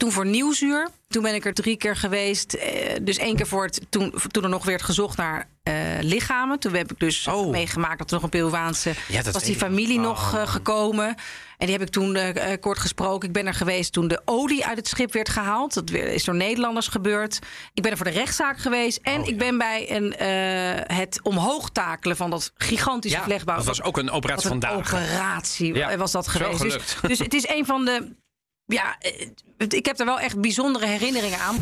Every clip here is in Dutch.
toen voor Nieuwsuur. Toen ben ik er 3 keer geweest. Dus 1 keer voor toen er nog werd gezocht naar lichamen. Toen heb ik dus meegemaakt dat er nog een Peruaanse... was die familie nog gekomen. En die heb ik toen kort gesproken. Ik ben er geweest toen de olie uit het schip werd gehaald. Dat is door Nederlanders gebeurd. Ik ben er voor de rechtszaak geweest. En ik ben bij het omhoog takelen van dat gigantische vlechtbouw. Dat was ook een operatie van dagen. Operatie was dat geweest. Dus het is een van de... Ja, ik heb er wel echt bijzondere herinneringen aan.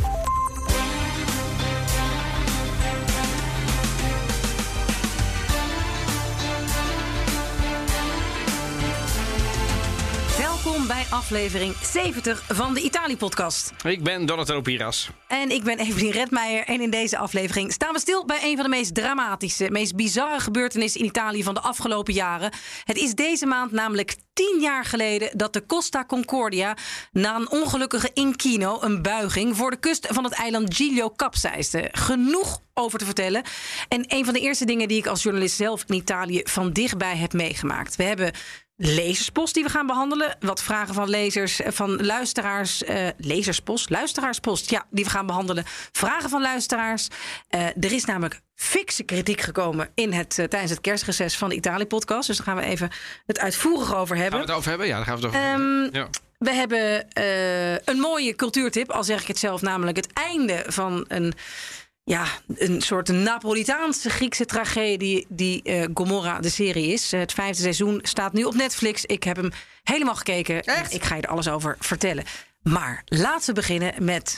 Welkom bij aflevering 70 van de Italië-podcast. Ik ben Donatello Piras. En ik ben Evelien Redmeijer. En in deze aflevering staan we stil bij een van de meest dramatische, meest bizarre gebeurtenissen in Italië van de afgelopen jaren. Het is deze maand namelijk 10 jaar geleden dat de Costa Concordia na een ongelukkige inquino, een buiging, voor de kust van het eiland Giglio kapseisde. Genoeg over te vertellen. En een van de eerste dingen die ik als journalist zelf in Italië van dichtbij heb meegemaakt. We hebben lezerspost die we gaan behandelen. Wat vragen van lezers, van luisteraars. Luisteraarspost, ja, die we gaan behandelen. Vragen van luisteraars. Er is namelijk fikse kritiek gekomen tijdens het kerstreces van de Italië-podcast. Dus daar gaan we even het uitvoerig over hebben. Gaan we het over hebben? Ja, daar gaan we het over hebben. Ja. We hebben een mooie cultuurtip, al zeg ik het zelf, namelijk het einde van een soort Napolitaanse Griekse tragedie die Gomorra de serie is. Het 5e seizoen staat nu op Netflix. Ik heb hem helemaal gekeken. Echt? Ik ga je er alles over vertellen. Maar laten we beginnen met...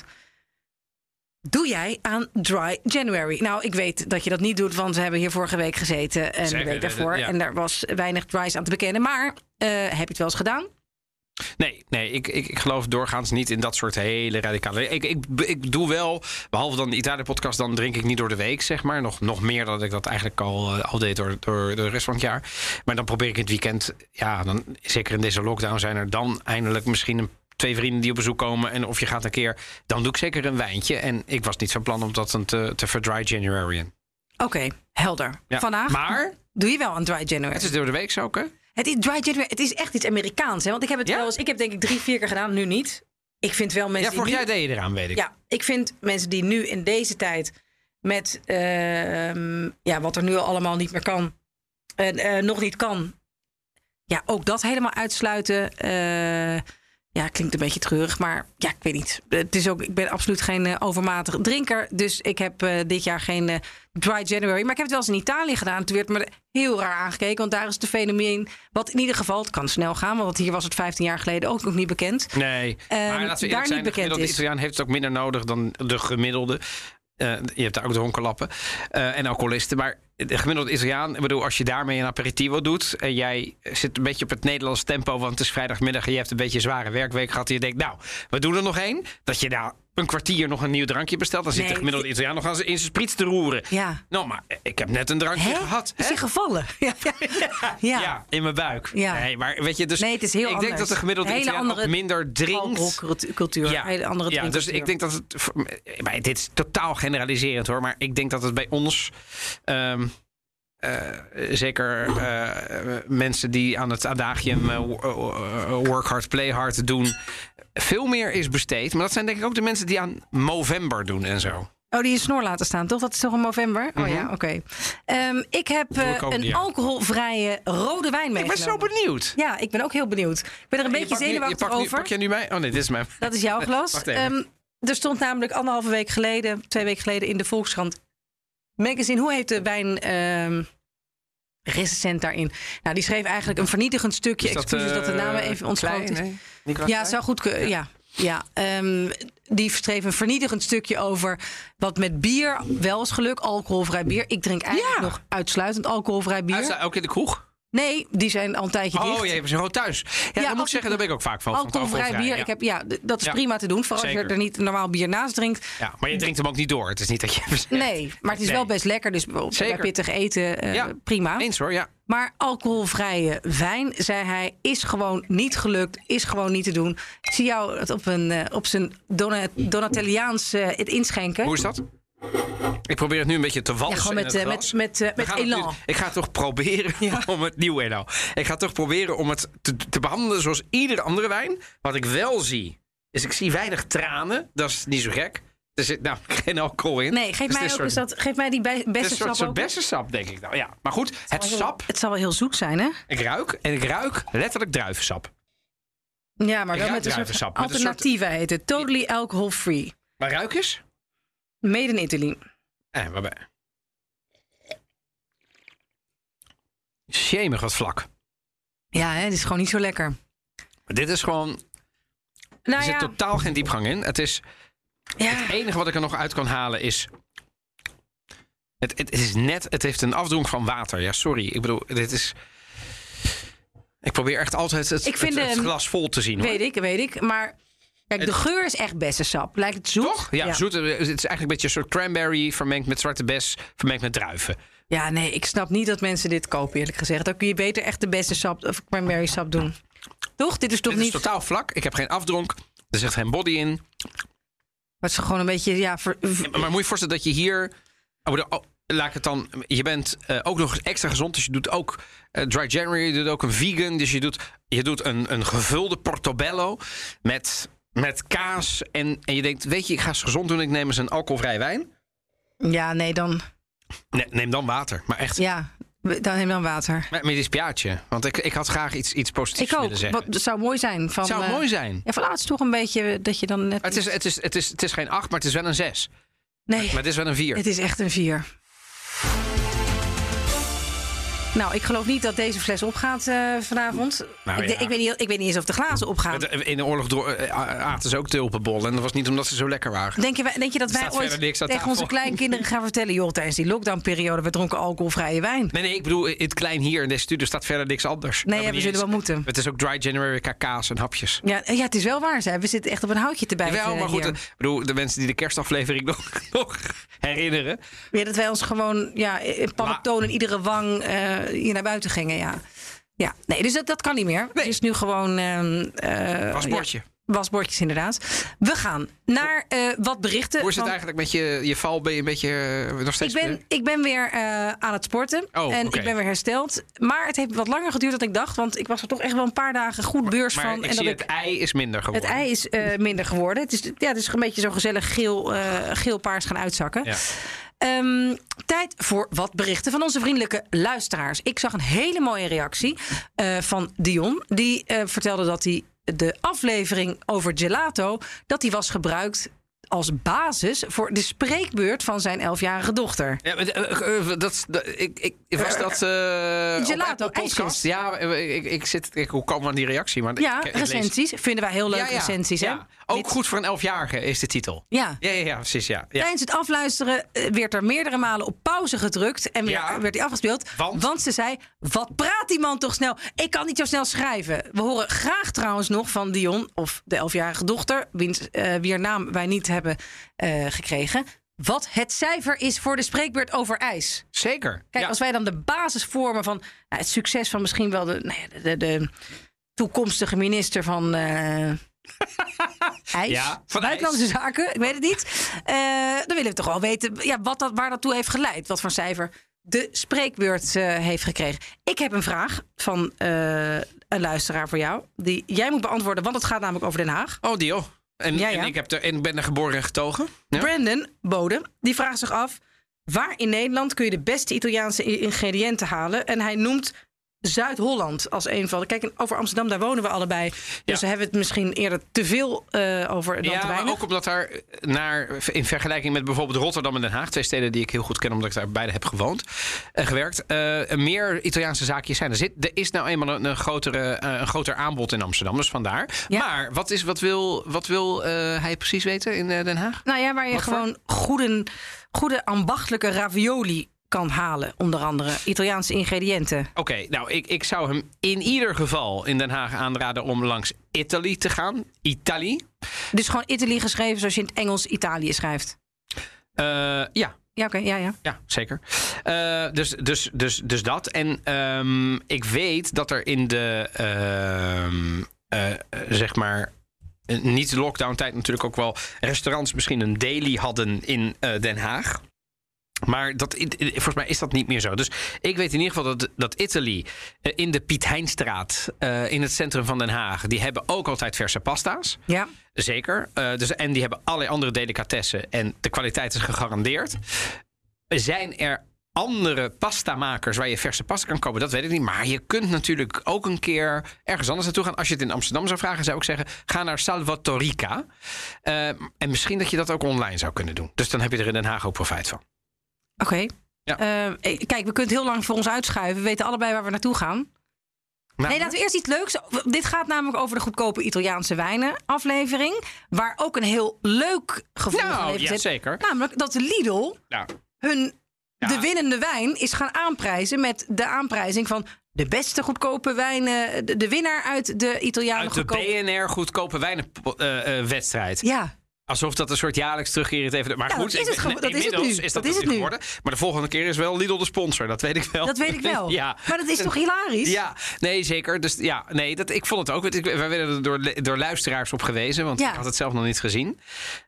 Doe jij aan Dry January? Nou, ik weet dat je dat niet doet, want we hebben hier vorige week gezeten en de week daarvoor. Ja. En daar was weinig dries aan te bekennen. Maar heb je het wel eens gedaan? Nee, ik geloof doorgaans niet in dat soort hele radicale... Ik doe wel, behalve dan de Italië-podcast, dan drink ik niet door de week, zeg maar. Nog meer dan ik dat eigenlijk al deed door de rest van het jaar. Maar dan probeer ik het weekend, dan, zeker in deze lockdown, zijn er dan eindelijk misschien 2 vrienden die op bezoek komen. En of je gaat een keer, dan doe ik zeker een wijntje. En ik was niet van plan om dat te verdry Januaryen. Oké, helder. Ja. Vandaag maar doe je wel een Dry January. Het is door de week ook, hè? Het is Dry January. Het is echt iets Amerikaans. Hè? Want ik heb het wel eens. Ik heb denk ik 3-4 keer gedaan. Nu niet. Ik vind wel mensen. Ja, vorig jaar deed je eraan, weet ik. Ja, ik vind mensen die nu in deze tijd met wat er nu allemaal niet meer kan. Nog niet kan. Ja, ook dat helemaal uitsluiten. Klinkt een beetje treurig, maar ja, ik weet niet. Ik ben absoluut geen overmatig drinker. Dus ik heb dit jaar geen Dry January. Maar ik heb het wel eens in Italië gedaan. Toen werd me heel raar aangekeken. Want daar is het fenomeen. Wat in ieder geval, het kan snel gaan. Want hier was het 15 jaar geleden ook nog niet bekend. Nee, maar laten we eerlijk zijn. De gemiddelde Italiaan heeft het ook minder nodig dan de gemiddelde. Je hebt daar ook de honkerlappen en alcoholisten. Maar de gemiddelde Italiaan, ik bedoel, als je daarmee een aperitivo doet en jij zit een beetje op het Nederlandse tempo, want het is vrijdagmiddag en je hebt een beetje een zware werkweek gehad en je denkt, nou, we doen er nog één. Dat je daar een kwartier nog een nieuw drankje bestelt, dan zit de gemiddelde Italiaan nog in zijn spriets te roeren. Ja. Nou, maar ik heb net een drankje gehad. Is hij gevallen? Ja, in mijn buik. Ja. Nee, maar weet je, dus het is heel ik anders. denk dat de gemiddelde Italiaan ook minder drinkt. Alcoholcultuur, hele andere drinkcultuur. Dus ik denk dat het, maar dit is totaal generaliserend hoor, maar ik denk dat het bij ons zeker mensen die aan het adagium work hard, play hard doen, veel meer is besteed. Maar dat zijn denk ik ook de mensen die aan Movember doen en zo. Oh, die je snor laten staan, toch? Dat is toch een November? Oh ja, oké. Ik heb een alcoholvrije rode wijn meegenomen. Ik ben zo benieuwd. Ja, ik ben ook heel benieuwd. Ik ben er een beetje zenuwachtig over. Pak jij nu mij? Oh nee, dit is mijn. Dat is jouw glas. Wacht even. Er stond namelijk 2 weken geleden in de Volkskrant magazine. Hoe heet de wijn recensent daarin? Nou, die schreef eigenlijk een vernietigend stukje. Excuses dat de naam even ontschoot is. Nee? Ja, zou goed kunnen. Ja. Die schreef een vernietigend stukje over wat met bier wel is geluk. Alcoholvrij bier. Ik drink eigenlijk nog uitsluitend alcoholvrij bier. Ook in de kroeg? Nee, die zijn al een tijdje dicht. Oh, je hebt ze gewoon thuis. Ja, dan moet ik zeggen, daar ben ik ook vaak van. Alcoholvrij bier, dat is prima te doen. Vooral als je er niet normaal bier naast drinkt. Ja, maar je drinkt hem ook niet door. Het is niet dat je... Nee, maar het is wel best lekker. Dus bij pittig eten, prima. Eens hoor, ja. Maar alcoholvrije wijn, zei hij, is gewoon niet gelukt. Is gewoon niet te doen. Ik zie jou het op zijn Donatelliaans het inschenken. Hoe is dat? Ik probeer het nu een beetje te walsen met elan. Ik ga toch proberen om het nieuw elan. Ik ga toch proberen om het te behandelen zoals iedere andere wijn. Wat ik wel zie, Dus ik zie weinig tranen. Dat is niet zo gek. Er zit nou geen alcohol in. Nee, geef mij die bessensap ook. Het is een soort bessensap, denk ik nou. Ja, maar goed, Het zal wel heel zoet zijn, hè? Ik ruik letterlijk druivensap. Ja, maar wel met een soort alternatieve heet het. Totally alcohol free. Maar ruik eens? Made in Italy. Waarbij? Jemig wat vlak. Ja, hè, het is gewoon niet zo lekker. Dit is gewoon... Er zit totaal geen diepgang in. Het is... Het enige wat ik er nog uit kan halen is... Het is net... Het heeft een afdronk van water. Ja, sorry. Ik bedoel, dit is... Ik probeer echt altijd het glas vol te zien. Weet ik. Maar kijk, de geur is echt bessensap. Lijkt het zoet? Toch? Ja, zoet. Het is eigenlijk een beetje een soort cranberry... vermengd met zwarte bes, vermengd met druiven. Ja, nee, ik snap niet dat mensen dit kopen, eerlijk gezegd. Dan kun je beter echt de bessensap of cranberry sap doen. Toch? Dit is toch niet... Het is totaal vlak. Ik heb geen afdronk. Er zit geen body in. Maar het is gewoon een beetje... Maar moet je voorstellen dat je hier... laat ik het dan... Je bent ook nog eens extra gezond. Dus je doet ook Dry January. Je doet ook een vegan. Dus je doet een gevulde portobello met kaas. En je denkt, weet je, ik ga eens gezond doen. Ik neem eens een alcoholvrij wijn. Ja, nee, dan... Nee, neem dan water. Maar echt... Ja, dan neem dan water. Met die spiaatje. Want ik had graag iets positiefs willen zeggen. Het zou mooi zijn. Het zou mooi zijn. Ja, het is toch een beetje dat je dan net... Het is geen 8, maar het is wel een 6. Nee. Maar het is wel een 4. Het is echt een 4. Nou, ik geloof niet dat deze fles opgaat vanavond. Nou, ik weet niet eens of de glazen opgaan. In de oorlog aten ze ook tulpenbollen. En dat was niet omdat ze zo lekker waren. Denk je dat wij ooit tegen onze kleinkinderen gaan vertellen... joh, tijdens die lockdownperiode, we dronken alcoholvrije wijn? Nee, ik bedoel, in het klein hier in deze studio staat verder niks anders. Nee, we zullen wel moeten. Het is ook Dry January, kaka's en hapjes. Ja, het is wel waar. We zitten echt op een houtje te bijten. Wel, maar goed, ik bedoel, de mensen die de kerstaflevering nog herinneren. Ja, dat wij ons gewoon in pannen in iedere wang... hier naar buiten gingen, ja. Nee, dus dat kan niet meer. Nee. Het is nu gewoon... wasbordje. Wasbordjes, inderdaad. We gaan naar wat berichten. Hoe is het eigenlijk met je val? Ben je een beetje nog steeds... Ik ben weer aan het sporten. Ik ben weer hersteld. Maar het heeft wat langer geduurd dan ik dacht. Want ik was er toch echt wel een paar dagen goed beurs van. Het ei is minder geworden. Het ei is minder geworden. Het is een beetje zo gezellig geel-paars gaan uitzakken. Ja. Tijd voor wat berichten van onze vriendelijke luisteraars. Ik zag een hele mooie reactie van Dion. Die vertelde dat hij de aflevering over gelato... dat die was gebruikt als basis voor de spreekbeurt van zijn 11-jarige dochter. Ja, was dat gelato, podcast? Ja, hoe kwam aan die reactie? Maar recensies vinden wij heel leuk, recensies. Hè? Ja. Ook goed voor een 11-jarige is de titel. Ja, precies. Ja. Tijdens het afluisteren werd er meerdere malen op pauze gedrukt en werd hij afgespeeld. Want ze zei, wat praat die man toch snel? Ik kan niet zo snel schrijven. We horen graag trouwens nog van Dion, of de 11-jarige dochter, wier naam wij niet hebben gekregen, wat het cijfer is voor de spreekbeurt over ijs. Zeker. Kijk, als wij dan de basis vormen van het succes van misschien wel de toekomstige minister van ijs, van buitenlandse zaken, ik weet het niet. Dan willen we toch wel weten waar dat toe heeft geleid. Wat voor cijfer de spreekbeurt heeft gekregen. Ik heb een vraag van een luisteraar voor jou, die jij moet beantwoorden, want het gaat namelijk over Den Haag. Oh, Dio. En ben er geboren en getogen. Ja? Brandon Bode, die vraagt zich af, waar in Nederland kun je de beste Italiaanse ingrediënten halen? En hij noemt Zuid-Holland als een van de... Kijk, over Amsterdam, daar wonen we allebei. Dus we hebben het misschien eerder te veel over dan te weinig. Maar ook omdat daar in vergelijking met bijvoorbeeld Rotterdam en Den Haag, 2 steden die ik heel goed ken omdat ik daar beide heb gewoond en gewerkt, meer Italiaanse zaakjes zijn. Er is nou eenmaal een groter aanbod in Amsterdam, dus vandaar. Ja. Maar wat wil hij precies weten in Den Haag? Nou ja, waar je gewoon goede ambachtelijke ravioli kan halen, onder andere Italiaanse ingrediënten. Oké, nou, ik zou hem in ieder geval in Den Haag aanraden om langs Italy te gaan. Italy. Dus gewoon Italy geschreven zoals je in het Engels Italië schrijft? Ja. Ja, oké, ja. Ja, zeker. Dus dat. En ik weet dat er in de zeg maar niet de lockdown tijd natuurlijk ook wel restaurants misschien een daily hadden in Den Haag. Maar volgens mij is dat niet meer zo. Dus ik weet in ieder geval dat Italy in de Piet Heinstraat, in het centrum van Den Haag, die hebben ook altijd verse pasta's. Ja. Zeker. En die hebben allerlei andere delicatessen. En de kwaliteit is gegarandeerd. Zijn er andere pastamakers waar je verse pasta kan kopen? Dat weet ik niet. Maar je kunt natuurlijk ook een keer ergens anders naartoe gaan. Als je het in Amsterdam zou vragen, zou ik zeggen, ga naar Salvatorica. En misschien dat je dat ook online zou kunnen doen. Dus dan heb je er in Den Haag ook profijt van. Oké. Ja. Kijk, we kunnen het heel lang voor ons uitschuiven. We weten allebei waar we naartoe gaan. Nee, laten we eerst iets leuks. Dit gaat namelijk over de goedkope Italiaanse wijnen aflevering. Waar ook een heel leuk gevoel van heeft. Ja, zeker. Namelijk dat de Lidl de winnende wijn is gaan aanprijzen met de aanprijzing van de beste goedkope wijnen. De winnaar uit de Italiaanse goedkope... BNR goedkope wijnenwedstrijd. Ja. Alsof dat een soort jaarlijks terugkerend even. Maar goed, dat is het nu. Is dat het nu geworden. Maar de volgende keer is wel Lidl de sponsor. Dat weet ik wel. Dat weet ik wel. Ja. Maar dat is toch hilarisch? Ja, nee, zeker. Dus ja, nee, ik vond het ook. Wij werden er door luisteraars op gewezen. Want ik had het zelf nog niet gezien.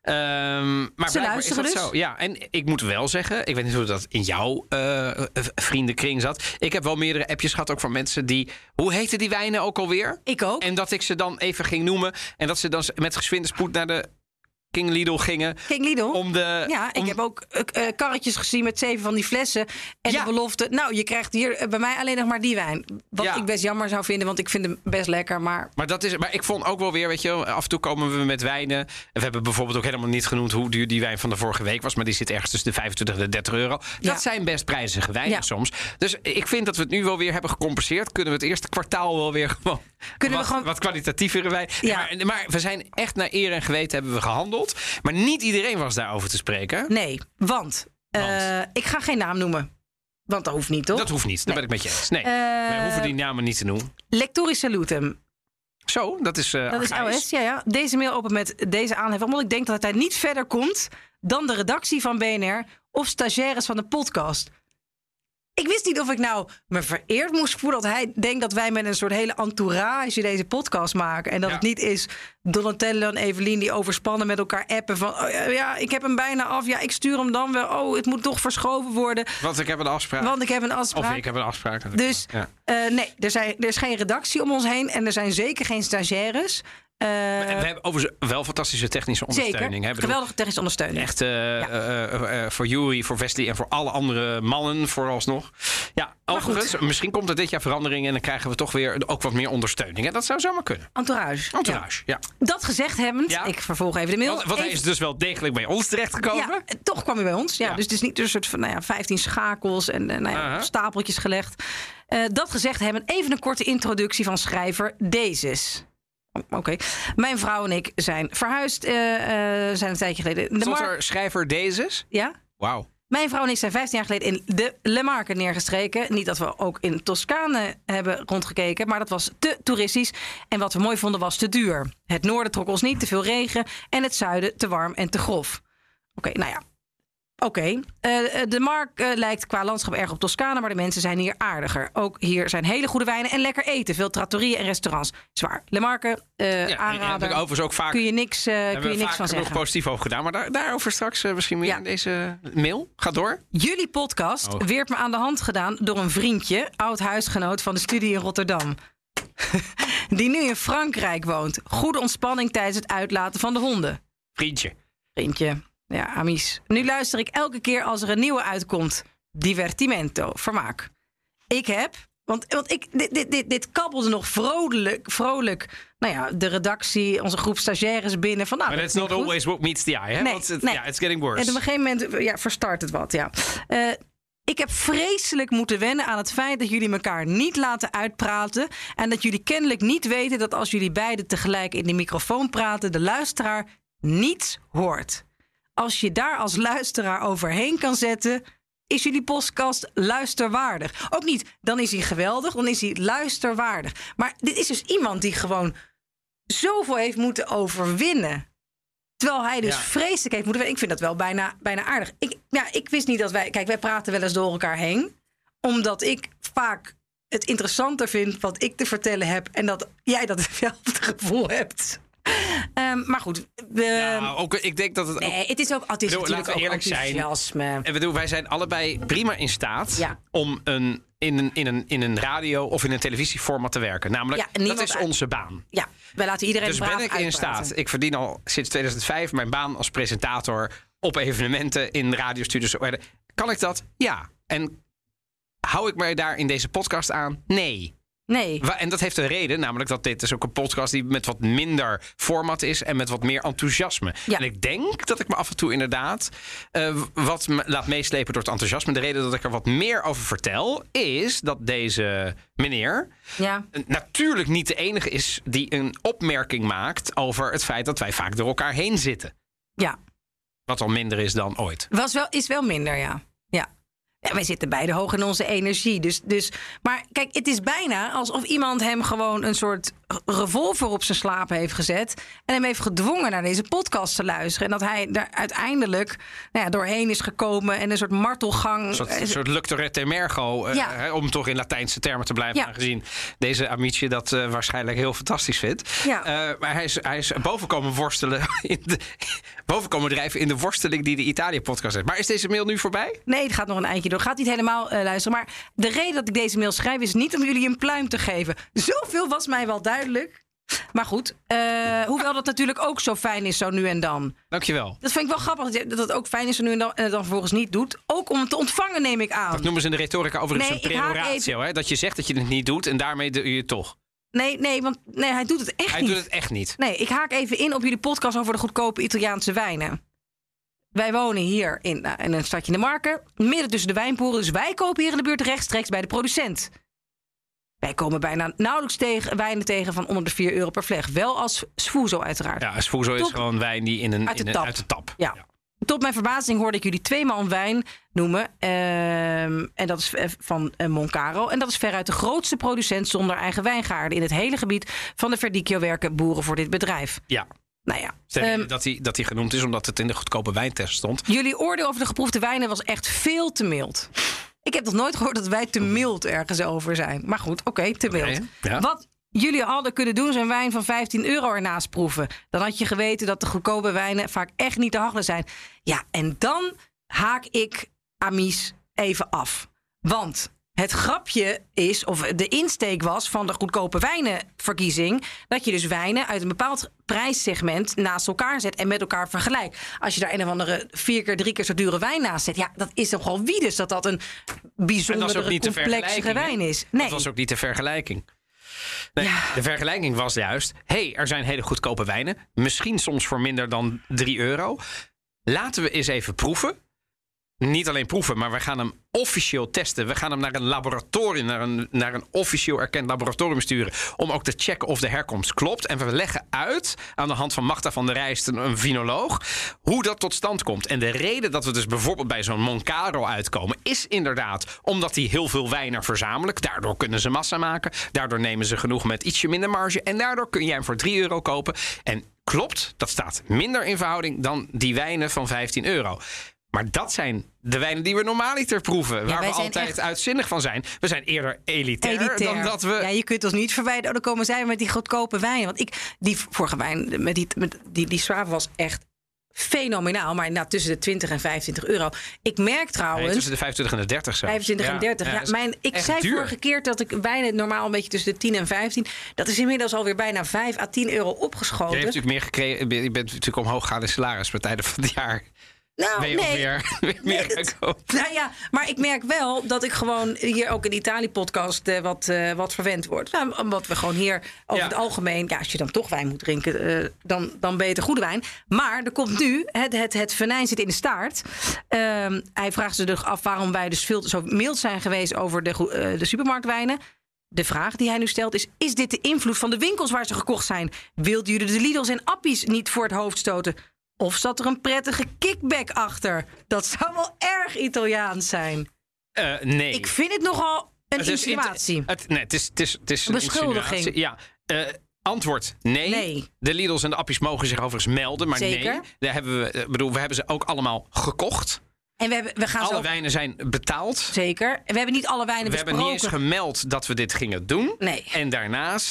Maar ze luisteren is dat dus. zo. Ja, en ik moet wel zeggen, ik weet niet hoe dat in jouw vriendenkring zat. Ik heb wel meerdere appjes gehad ook van mensen die... Hoe heette die wijnen ook alweer? Ik ook. En dat ik ze dan even ging noemen. En dat ze dan met geswinde spoed naar de King Lidl gingen. King Lidl? Ik heb ook karretjes gezien met 7 van die flessen. En de belofte, nou, je krijgt hier bij mij alleen nog maar die wijn. Wat ik best jammer zou vinden, want ik vind hem best lekker. Maar ik vond ook wel weer, weet je, af en toe komen we met wijnen. We hebben bijvoorbeeld ook helemaal niet genoemd hoe duur die wijn van de vorige week was. Maar die zit ergens tussen de 25 en de 30 euro. Dat zijn best prijzige wijnen soms. Dus ik vind dat we het nu wel weer hebben gecompenseerd. Kunnen we het eerste kwartaal wel weer gewoon wat kwalitatievere wijn. Ja. Maar we zijn echt naar eer en geweten hebben we gehandeld. Maar niet iedereen was daarover te spreken. Nee, want ik ga geen naam noemen. Want dat hoeft niet, toch? Dat hoeft niet, dat ben ik met je eens. Nee, we hoeven die namen niet te noemen. Lectori salutem. Zo, dat is AOS, ja. Deze mail opent met deze aanhef. Omdat ik denk dat hij niet verder komt dan de redactie van BNR of stagiaires van de podcast. Ik wist niet of ik nou me vereerd moest voelen dat hij denkt dat wij met een soort hele entourage deze podcast maken. En dat het niet is Donatello en Evelien die overspannen met elkaar appen van ik heb hem bijna af. Ja, ik stuur hem dan wel. Oh, het moet toch verschoven worden. Want ik heb een afspraak. Of ik heb een afspraak. Dus nee, er is geen redactie om ons heen en er zijn zeker geen stagiaires. We hebben overigens wel fantastische technische ondersteuning. Zeker, geweldige technische ondersteuning. Echt voor Juri, voor Wesley en voor alle andere mannen vooralsnog. Ja, overigens, misschien komt er dit jaar verandering en dan krijgen we toch weer ook wat meer ondersteuning. En dat zou zomaar kunnen. Entourage, ja. Dat gezegd hebbend, ik vervolg even de mail. Want hij is dus wel degelijk bij ons terechtgekomen. Ja, toch kwam hij bij ons. Ja. Dus het is niet een soort van 15 schakels en stapeltjes gelegd. Dat gezegd hebben, even een korte introductie van schrijver Dezes. Oké. Mijn vrouw en ik zijn verhuisd. Zijn een tijdje geleden. Stond er schrijver Dezes? Ja. Wauw. Mijn vrouw en ik zijn 15 jaar geleden in de Le Marche neergestreken. Niet dat we ook in Toscane hebben rondgekeken, maar dat was te toeristisch. En wat we mooi vonden was te duur. Het noorden trok ons niet, te veel regen. En het zuiden te warm en te grof. Oké. De Mark lijkt qua landschap erg op Toscane, maar de mensen zijn hier aardiger. Ook hier zijn hele goede wijnen en lekker eten. Veel trattorieën en restaurants. Zwaar. Le Marque, aanrader. Heb ik overigens ook vaak, kun je niks van zeggen. Nog positief over gedaan, maar daarover straks misschien meer in deze mail. Ga door. Jullie podcast werd me aan de hand gedaan door een vriendje, oud huisgenoot van de studie in Rotterdam. Die nu in Frankrijk woont. Goede ontspanning tijdens het uitlaten van de honden. Vriendje. Ja, amies. Nu luister ik elke keer als er een nieuwe uitkomt. Divertimento, vermaak. Ik heb, want dit kabbelde nog vrolijk. Nou ja, de redactie, onze groep stagiaires binnen. Van, maar that's not always what meets the eye, hè? Nee, it's getting worse. En op een gegeven moment verstart het wat, ja. Ik heb vreselijk moeten wennen aan het feit dat jullie elkaar niet laten uitpraten. En dat jullie kennelijk niet weten dat als jullie beiden tegelijk in de microfoon praten, de luisteraar niets hoort. Als je daar als luisteraar overheen kan zetten, is jullie podcast luisterwaardig. Ook niet, dan is hij geweldig, dan is hij luisterwaardig. Maar dit is dus iemand die gewoon zoveel heeft moeten overwinnen. Terwijl hij dus vreselijk heeft moeten winnen. Ik vind dat wel bijna aardig. Ik wist niet dat wij... Kijk, wij praten wel eens door elkaar heen. Omdat ik vaak het interessanter vind wat ik te vertellen heb. En dat jij datzelfde gevoel hebt. Maar goed. Ik denk dat het ook... Nee, het is natuurlijk laten we eerlijk enthousiasme. En wij zijn allebei prima in staat om in een radio of in een televisieformat te werken. Namelijk, dat is onze baan. Ja, wij laten iedereen dus ben ik in staat. Ik verdien al sinds 2005 mijn baan als presentator op evenementen in radiostudios. Kan ik dat? Ja. En hou ik mij daar in deze podcast aan? Nee. En dat heeft een reden, namelijk dat dit is ook een podcast die met wat minder format is en met wat meer enthousiasme. Ja. En ik denk dat ik me af en toe inderdaad wat me laat meeslepen door het enthousiasme. De reden dat ik er wat meer over vertel is dat deze meneer natuurlijk niet de enige is die een opmerking maakt over het feit dat wij vaak door elkaar heen zitten. Ja. Wat al minder is dan ooit. Is wel minder, ja. Ja, wij zitten beide hoog in onze energie. Maar kijk, het is bijna alsof iemand hem gewoon een soort revolver op zijn slaap heeft gezet. En hem heeft gedwongen naar deze podcast te luisteren. En dat hij daar uiteindelijk doorheen is gekomen. En een soort martelgang. Een soort luctorette emergo. Om toch in Latijnse termen te blijven. Aangezien deze Amici dat waarschijnlijk heel fantastisch vindt. Ja. Maar hij is boven komen worstelen. Boven komen drijven in de worsteling die de Italië-podcast heeft. Maar is deze mail nu voorbij? Nee, het gaat nog een eindje door. Gaat niet helemaal luisteren. Maar de reden dat ik deze mail schrijf is niet om jullie een pluim te geven. Zoveel was mij wel duidelijk. Maar goed, hoewel dat natuurlijk ook zo fijn is zo nu en dan. Dankjewel. Dat vind ik wel grappig dat het ook fijn is zo nu en dan het dan vervolgens niet doet. Ook om het te ontvangen neem ik aan. Dat noemen ze in de retorica overigens een prerogatio. Hè? Dat je zegt dat je het niet doet en daarmee doe je het toch. Nee, want hij doet het echt niet. Hij doet het echt niet. Nee, ik haak even in op jullie podcast over de goedkope Italiaanse wijnen. Wij wonen hier in een stadje in de Marken, midden tussen de wijnporen. Dus wij kopen hier in de buurt rechtstreeks bij de producent. Wij komen bijna nauwelijks wijnen tegen van onder de €4 per fles. Wel als Sfuso uiteraard. Ja, Sfuso is gewoon wijn die uit de tap. Ja. Tot mijn verbazing hoorde ik jullie 2 maal een wijn noemen. En dat is van Moncaro. En dat is veruit de grootste producent zonder eigen wijngaarden in het hele gebied van de Verdicchio werken boeren voor dit bedrijf. Ja. Nou ja. Dat hij genoemd is omdat het in de goedkope wijntest stond. Jullie oordeel over de geproefde wijnen was echt veel te mild. Ik heb nog nooit gehoord dat wij te mild ergens over zijn. Maar goed, oké, te mild. Ja. Wat jullie hadden kunnen doen is een wijn van €15 ernaast proeven. Dan had je geweten dat de goedkope wijnen vaak echt niet te hachelen zijn. Ja, en dan haak ik Amies even af. Want het grapje is, of de insteek was van de goedkope wijnenverkiezing, dat je dus wijnen uit een bepaald prijssegment naast elkaar zet en met elkaar vergelijkt. Als je daar een of andere 4 keer, 3 keer zo dure wijn naast zet, ja, dat is toch wel wiedes dat een bijzondere, complexere wijn is. Nee. Dat was ook niet de vergelijking. Nee, de vergelijking was juist, er zijn hele goedkope wijnen. Misschien soms voor minder dan €3. Laten we eens even proeven. Niet alleen proeven, maar we gaan hem officieel testen. We gaan hem naar een laboratorium, naar een officieel erkend laboratorium sturen. Om ook te checken of de herkomst klopt. En we leggen uit, aan de hand van Magda van der Rijst, een vinoloog, hoe dat tot stand komt. En de reden dat we dus bijvoorbeeld bij zo'n Moncaro uitkomen, is inderdaad omdat die heel veel wijnen verzamelen. Daardoor kunnen ze massa maken. Daardoor nemen ze genoeg met ietsje minder marge. En daardoor kun jij hem voor €3 kopen. En klopt, dat staat minder in verhouding dan die wijnen van €15. Maar dat zijn de wijnen die we normaaliter proeven. Waar we altijd echt uitzinnig van zijn. We zijn eerder elitair dan dat we... Ja, je kunt ons niet verwijden. Dan komen zij met die goedkope wijnen. Want die vorige wijn met die Suave was echt fenomenaal. Maar tussen de €20 en €25. Ik merk trouwens... Nee, tussen de 25 en de 30 zelfs. 25 en 30. Ik zei duur. vorige keer dat ik wijnen normaal een beetje tussen de 10 en 15. Dat is inmiddels alweer bijna €5 à €10 opgeschoten. Je hebt natuurlijk meer gekregen. Je bent natuurlijk omhoog gegaan in salaris bij tijden van het jaar. Nou, maar ik merk wel dat ik gewoon hier ook in de Italië-podcast wat verwend word. Nou, omdat we gewoon hier over het algemeen... Ja, als je dan toch wijn moet drinken, dan ben je het goede wijn. Maar er komt nu, het venijn zit in de staart. Hij vraagt zich af waarom wij dus veel zo mild zijn geweest over de supermarktwijnen. De vraag die hij nu stelt is dit de invloed van de winkels waar ze gekocht zijn? Wilden jullie de Lidl's en Appies niet voor het hoofd stoten? Of zat er een prettige kickback achter? Dat zou wel erg Italiaans zijn. Nee. Ik vind het nogal een insinuatie. Het is een beschuldiging. Ja. Antwoord nee. De Lidl's en de Appies mogen zich overigens melden. Maar zeker. Nee. Daar hebben we hebben ze ook allemaal gekocht. En alle wijnen zijn betaald. Zeker. En we hebben niet alle wijnen besproken. We hebben niet eens gemeld dat we dit gingen doen. Nee. En daarnaast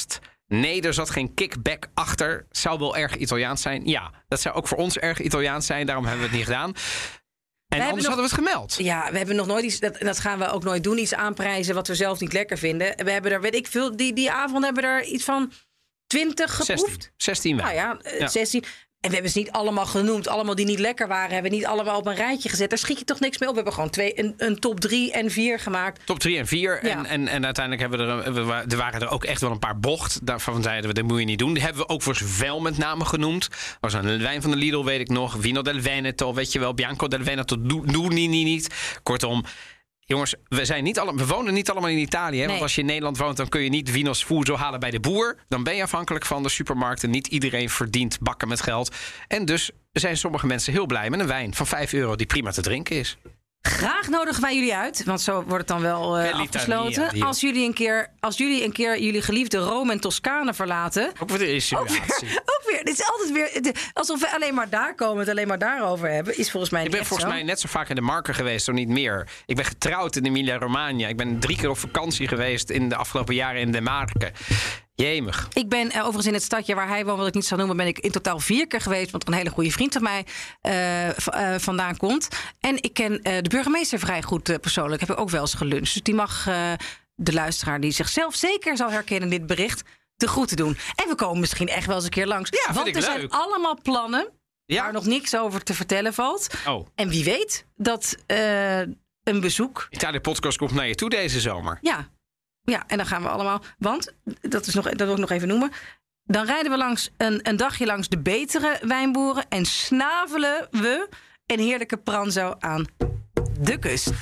Nee, er zat geen kickback achter. Zou wel erg Italiaans zijn. Ja, dat zou ook voor ons erg Italiaans zijn. Daarom hebben we het niet gedaan. En anders hadden we het gemeld. Ja, we hebben nog nooit iets... Dat gaan we ook nooit doen. Iets aanprijzen wat we zelf niet lekker vinden. We hebben er, weet ik veel... Die avond hebben we er iets van 20 geproefd. 16 wijn. Nou ja, 16... En we hebben ze niet allemaal genoemd. Allemaal die niet lekker waren. Hebben we niet allemaal op een rijtje gezet. Daar schiet je toch niks mee op. We hebben gewoon een top 3 en 4 gemaakt. Top 3 en 4. Ja. En uiteindelijk hebben er waren er ook echt wel een paar bocht. Daarvan zeiden we, dat moet je niet doen. Die hebben we ook voor zoveel met name genoemd. Was een wijn van de Lidl, weet ik nog. Vino del Veneto, weet je wel. Bianco del Veneto, Doe niet. Kortom... Jongens, we wonen niet allemaal in Italië. Hè? Nee. Want als je in Nederland woont, dan kun je niet Vinos Fuso halen bij de boer. Dan ben je afhankelijk van de supermarkten. Niet iedereen verdient bakken met geld. En dus zijn sommige mensen heel blij met een wijn van €5 die prima te drinken is. Graag nodigen wij jullie uit, want zo wordt het dan wel afgesloten. Als jullie een keer jullie geliefde Rome en Toscane verlaten. Ook weer de insinuatie. Ook weer. Dit is altijd weer alsof we alleen maar daar komen, het alleen maar daarover hebben. Is volgens mij niet Ik ben echt volgens zo. mij net zo vaak in de Marken geweest, zo niet meer. Ik ben getrouwd in Emilia-Romagna. Ik ben 3 keer op vakantie geweest in de afgelopen jaren in de Marken. Jemig. Ik ben overigens in het stadje waar hij woont, wat ik niet zal noemen, ben ik in totaal 4 keer geweest. Want er een hele goede vriend van mij vandaan komt. En ik ken de burgemeester vrij goed persoonlijk. Heb ik ook wel eens geluncht. Dus die mag de luisteraar die zichzelf zeker zal herkennen in dit bericht de groeten doen. En we komen misschien echt wel eens een keer langs. Ja, want er zijn allemaal plannen waar nog niks over te vertellen valt. Oh. En wie weet dat een bezoek... Italië Podcast komt naar je toe deze zomer. Ja, en dan gaan we allemaal... Want, dat wil ik nog even noemen... Dan rijden we langs een dagje langs de betere wijnboeren... en snavelen we een heerlijke pranzo aan de kust.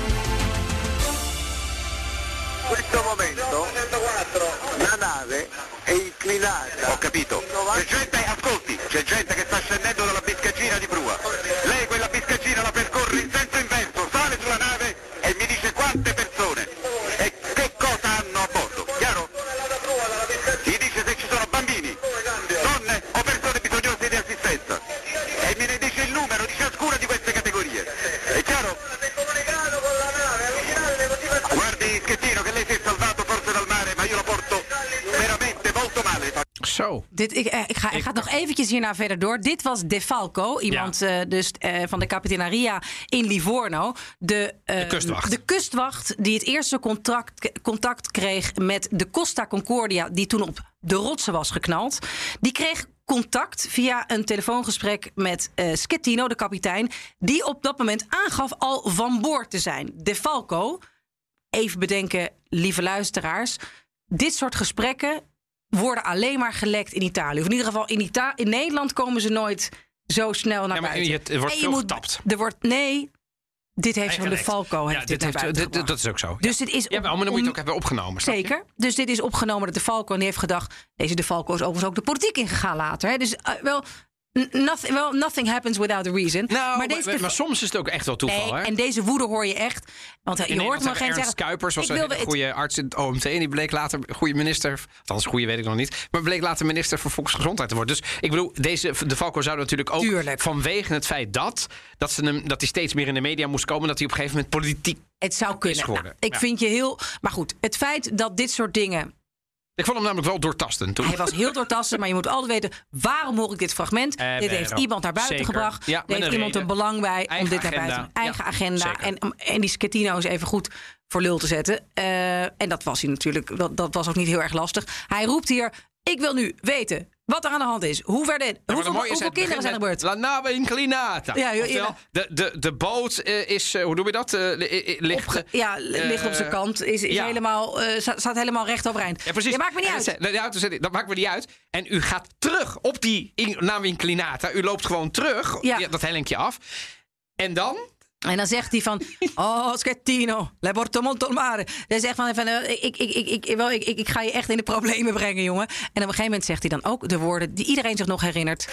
questo momento la nave è inclinata. Ho capito. C'è gente, ascolti, c'è gente che sta scendendo dalla biscaggina di prua. Lei quella biscaggina la percorre in senso inverso, sale sulla nave e mi dice quante persone e che cosa hanno a bordo, chiaro? Mi dice se ci sono bambini, donne o persone bisognose di assistenza e me ne dice il numero di ciascuna di queste categorie. È chiaro? Guardi Schettino che lei si è salvato forse dal mare, ma io lo porto veramente molto male. Zo. Ik ga nog eventjes hierna verder door. Dit was De Falco, iemand van de Capitaneria in Livorno. De kustwacht. De kustwacht die het eerste contact kreeg met de Costa Concordia... die toen op de rotsen was geknald. Die kreeg contact via een telefoongesprek met Schettino, de kapitein... die op dat moment aangaf al van boord te zijn. De Falco, even bedenken, lieve luisteraars... dit soort gesprekken worden alleen maar gelekt in Italië. Of in ieder geval in Nederland komen ze nooit zo snel naar buiten. Er wordt veel getapt. Dit heeft van de Falco heeft dit naar buiten gebracht. Dat is ook zo. Dus dit is maar dan moet je het ook hebben opgenomen. Zeker. Dus dit is opgenomen door de Falco. En die heeft gedacht, deze de Falco is overigens ook de politiek ingegaan later. Hè? Dus nothing happens without a reason. Nou, maar soms is het ook echt wel toeval. Nee, hè? en deze woede hoor je echt. Want je hoort hem geen zeggen. Kuipers was een goede arts in het OMT. En die bleek later goede minister. Althans, goede weet ik nog niet. Maar bleek later minister voor Volksgezondheid te worden. Dus ik bedoel, de Falco zou natuurlijk ook vanwege het feit dat hij steeds meer in de media moest komen. Dat hij op een gegeven moment politiek. Het zou kunnen. Nou, ik vind je heel. Maar goed, het feit dat dit soort dingen. Ik vond hem namelijk wel doortastend toen. Hij was heel doortastend, maar je moet altijd weten... waarom hoor ik dit fragment? Dit heeft iemand naar buiten gebracht. Ja, er heeft iemand een belang bij om dit naar buiten... Eigen agenda. En die Schettino is even goed voor lul te zetten. En dat was hij natuurlijk. Dat was ook niet heel erg lastig. Hij roept hier... Ik wil nu weten wat er aan de hand is. Hoeveel kinderen zijn er gebeurd? La nave inclinata. Ja, de boot is, hoe noem je dat? Ligt op zijn kant. Staat helemaal recht overeind. Ja, precies. Dat maakt me niet uit. Dat maakt me niet uit. En u gaat terug op die nave inclinata. U loopt gewoon terug. Ja. Dat hellinkje af. En dan... En dan zegt hij van... Oh, Schettino, le porto molto al mare. Hij zegt van... Ik ga je echt in de problemen brengen, jongen. En op een gegeven moment zegt hij dan ook de woorden... die iedereen zich nog herinnert.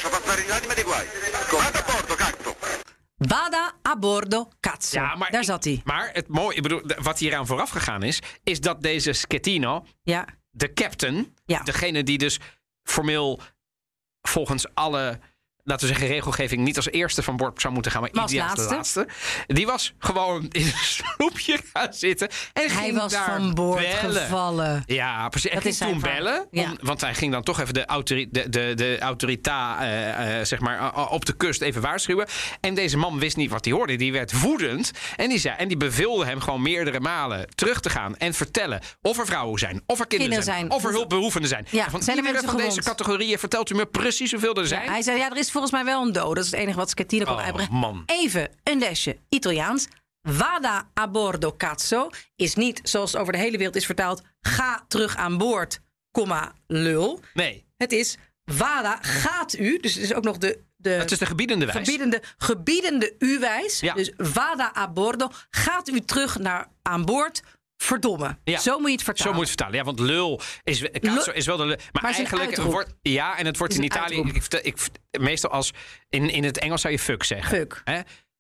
Vada a bordo, cazzo. Ja, maar daar zat hij. Maar het mooie, ik bedoel, wat hier aan vooraf gegaan is dat deze Schettino, de captain... degene die dus formeel volgens alle laten we zeggen, regelgeving niet als eerste van boord zou moeten gaan, maar als ideaal als de laatste. Die was gewoon in een sloepje gaan zitten. En Hij ging was daar van boord bellen. gevallen. Ja, precies. En Dat ging is toen zijn bellen. verhaal. Ja. Want hij ging dan toch even de autoriteit zeg maar, op de kust even waarschuwen. En deze man wist niet wat hij hoorde. Die werd woedend. En die beveelde hem gewoon meerdere malen terug te gaan en vertellen of er vrouwen zijn, of er kinderen zijn, of er hulpbehoevenden zijn. Ja, van zijn er iedere mensen van deze gewond? categorieën vertelt u me precies hoeveel er zijn. Hij zei, er is volgens mij wel een dood. Dat is het enige wat Schettino kon uitbrengen. Man. Even een lesje Italiaans. Vada a bordo cazzo is niet, zoals het over de hele wereld is vertaald, ga terug aan boord, lul. Nee, Het is vada, gaat u. Dus het is ook nog het is de gebiedende wijs. gebiedende u-wijs. Ja. Dus vada a bordo, gaat u terug aan boord, verdomme. Ja. Zo moet je het vertalen. Zo moet je het vertalen. Ja, want lul is wel de lul. Maar het is een eigenlijk uitroep. en het wordt Het in is een Italië meestal als in het Engels zou je fuck zeggen. Fuck. Hè?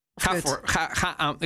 Ga aan.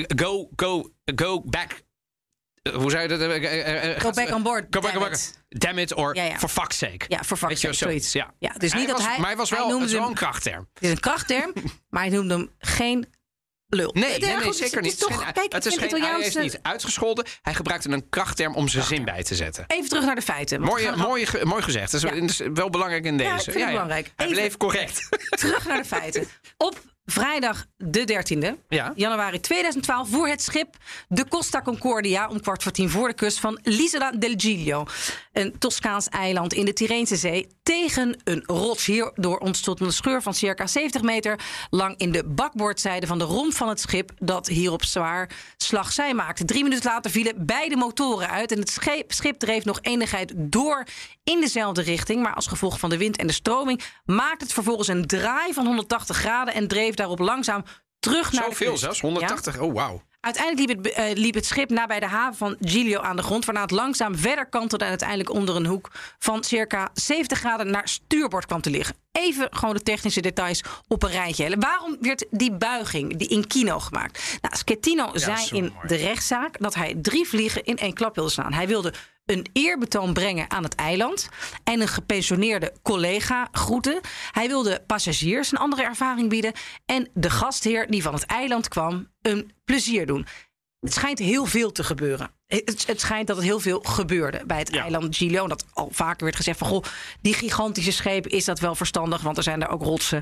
Go back. Hoe zou je dat? Go back on board. Go back on damn board. it. Damn it, or Ja. for fuck's sake. Ja, voor fuck's Weet je, sake, zoiets. Ja. Ja, dus niet dat hij... Maar hij was wel noemde het is wel hem- een krachtterm. Het is een krachtterm, maar hij noemde hem geen lul. Nee, Goed, zeker niet. Het is toch, kijk, Het is in geen, hij is Italiaanse... niet uitgescholden. Hij gebruikte een krachtterm om zijn zin bij te zetten. Even terug naar de feiten. want we gaan Mooi gezegd. Dat is wel belangrijk in deze. ik vind het belangrijk. Hij Even- bleef correct. terug naar de feiten. Op vrijdag de 13e Ja. januari 2012 voer het schip de Costa Concordia om 9:15 voor de kust van l'Isola del Giglio, een Toscaans eiland in de Tirreense Zee, tegen een rots. Hierdoor ontstond een scheur van circa 70 meter lang in de bakboordzijde van de romp van het schip, dat hierop zwaar slagzij maakte. 3 minuten later vielen beide motoren uit en het schip dreef nog enigheid door in dezelfde richting, maar als gevolg van de wind en de stroming maakte het vervolgens een draai van 180 graden en dreef daarop langzaam terug naar de Zoveel kust. zelfs, 180. Ja? Oh, wauw. Uiteindelijk liep het schip nabij de haven van Giglio aan de grond, waarna het langzaam verder kantelde en uiteindelijk onder een hoek van circa 70 graden naar stuurboord kwam te liggen. Even gewoon de technische details op een rijtje hellen. Waarom werd die buiging, die Inchino, gemaakt? Nou, Schettino zei zo in mooi. de rechtszaak dat hij 3 vliegen in 1 klap wilde slaan. Hij wilde een eerbetoon brengen aan het eiland en een gepensioneerde collega groeten. Hij wilde passagiers een andere ervaring bieden en de gastheer die van het eiland kwam een plezier doen. Het schijnt heel veel te gebeuren. Het schijnt dat het heel veel gebeurde bij het eiland Giglio. En dat al vaker werd gezegd van, goh, die gigantische schepen, is dat wel verstandig? Want er zijn daar ook rotsen.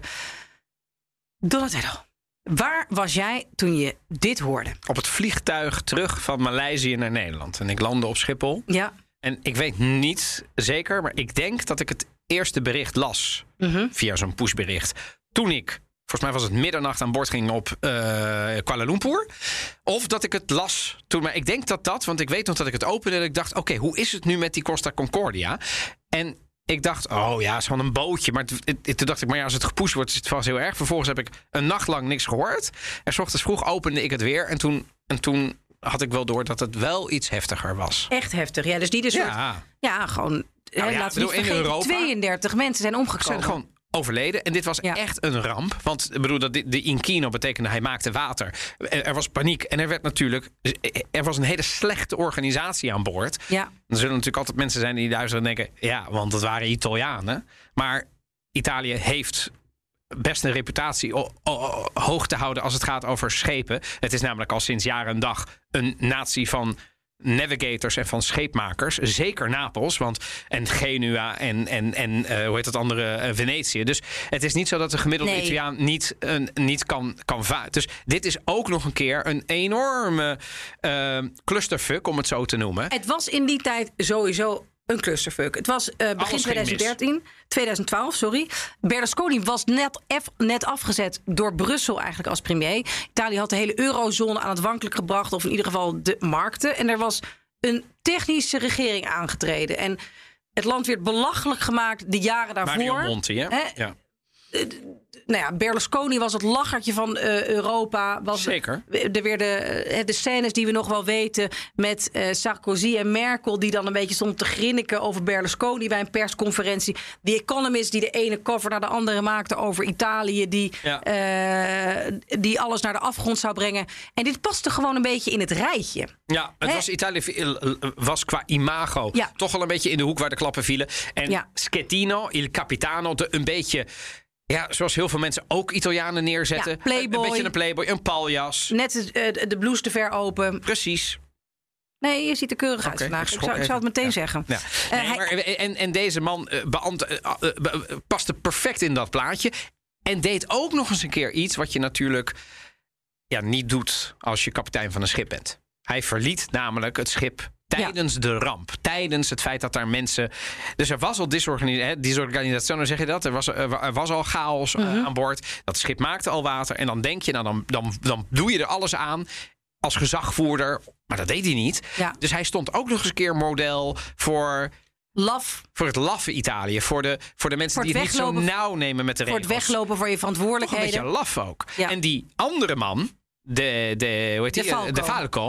Donatello, waar was jij toen je dit hoorde? Op het vliegtuig terug van Maleisië naar Nederland. En ik landde op Schiphol. Ja. En ik weet niet zeker, maar ik denk dat ik het eerste bericht las. Via zo'n pushbericht. Toen ik, volgens mij was het middernacht, aan boord ging op Kuala Lumpur. Of dat ik het las toen. Maar ik denk dat, want ik weet nog dat ik het opende en ik dacht, oké, hoe is het nu met die Costa Concordia? En ik dacht, oh ja, het is gewoon een bootje. Maar toen dacht ik, maar ja, als het gepusht wordt, is het vast heel erg. Vervolgens heb ik een nacht lang niks gehoord. En 's ochtends vroeg opende ik het weer. En toen had ik wel door dat het wel iets heftiger was. Echt heftig. Ja, dus die dus gewoon, ja, laten we niet in vergeten, Europa 32 mensen zijn omgekomen. zijn gewoon overleden. En dit was echt een ramp. Want ik bedoel, de Inchino betekende hij maakte water. Er was paniek. En er was een hele slechte organisatie aan boord. Ja. Er zullen natuurlijk altijd mensen zijn die luisteren en denken, ja, want het waren Italianen. Maar Italië heeft best een reputatie hoog te houden als het gaat over schepen. Het is namelijk al sinds jaren en dag een natie van navigators en van scheepmakers. Zeker Napels, en Genua en hoe heet dat andere, Venetië. Dus het is niet zo dat de gemiddelde Italiaan niet kan varen. Dus dit is ook nog een keer een enorme clusterfuck, om het zo te noemen. Het was in die tijd sowieso een clusterfuck. Het was begin 2012. Berlusconi was net afgezet door Brussel eigenlijk als premier. Italië had de hele eurozone aan het wankelijk gebracht, of in ieder geval de markten. En er was een technische regering aangetreden. En het land werd belachelijk gemaakt de jaren daarvoor. Mario Monti, hè? Ja. Berlusconi was het lachertje van Europa. Zeker. Er werden de scènes die we nog wel weten met Sarkozy en Merkel, die dan een beetje stonden te grinniken over Berlusconi bij een persconferentie. The Economist die de ene cover naar de andere maakte over Italië, die alles naar de afgrond zou brengen. En dit paste gewoon een beetje in het rijtje. Ja, Italië was qua imago toch wel een beetje in de hoek waar de klappen vielen. En Schettino, Il Capitano, een beetje Ja, zoals heel veel mensen ook Italianen neerzetten. Ja, playboy. Een beetje een playboy, een paljas. Net de blouse te ver open. Precies. Nee, je ziet er keurig uit vandaag. Ik zou het meteen zeggen. Ja. En deze man paste perfect in dat plaatje. En deed ook nog eens een keer iets wat je natuurlijk niet doet als je kapitein van een schip bent. Hij verliet namelijk het schip tijdens de ramp. Tijdens het feit dat daar mensen... Dus er was al disorganisatie, zeg je dat? Er was al chaos aan boord. Dat schip maakte al water. En dan denk je, dan doe je er alles aan als gezagvoerder. Maar dat deed hij niet. Ja. Dus hij stond ook nog eens een keer model voor het laffe Italië. Voor de mensen die het niet zo nauw nemen met de regels. Voor het weglopen voor je verantwoordelijkheden. Toch een beetje laf ook. Ja. En die andere man... De Falco,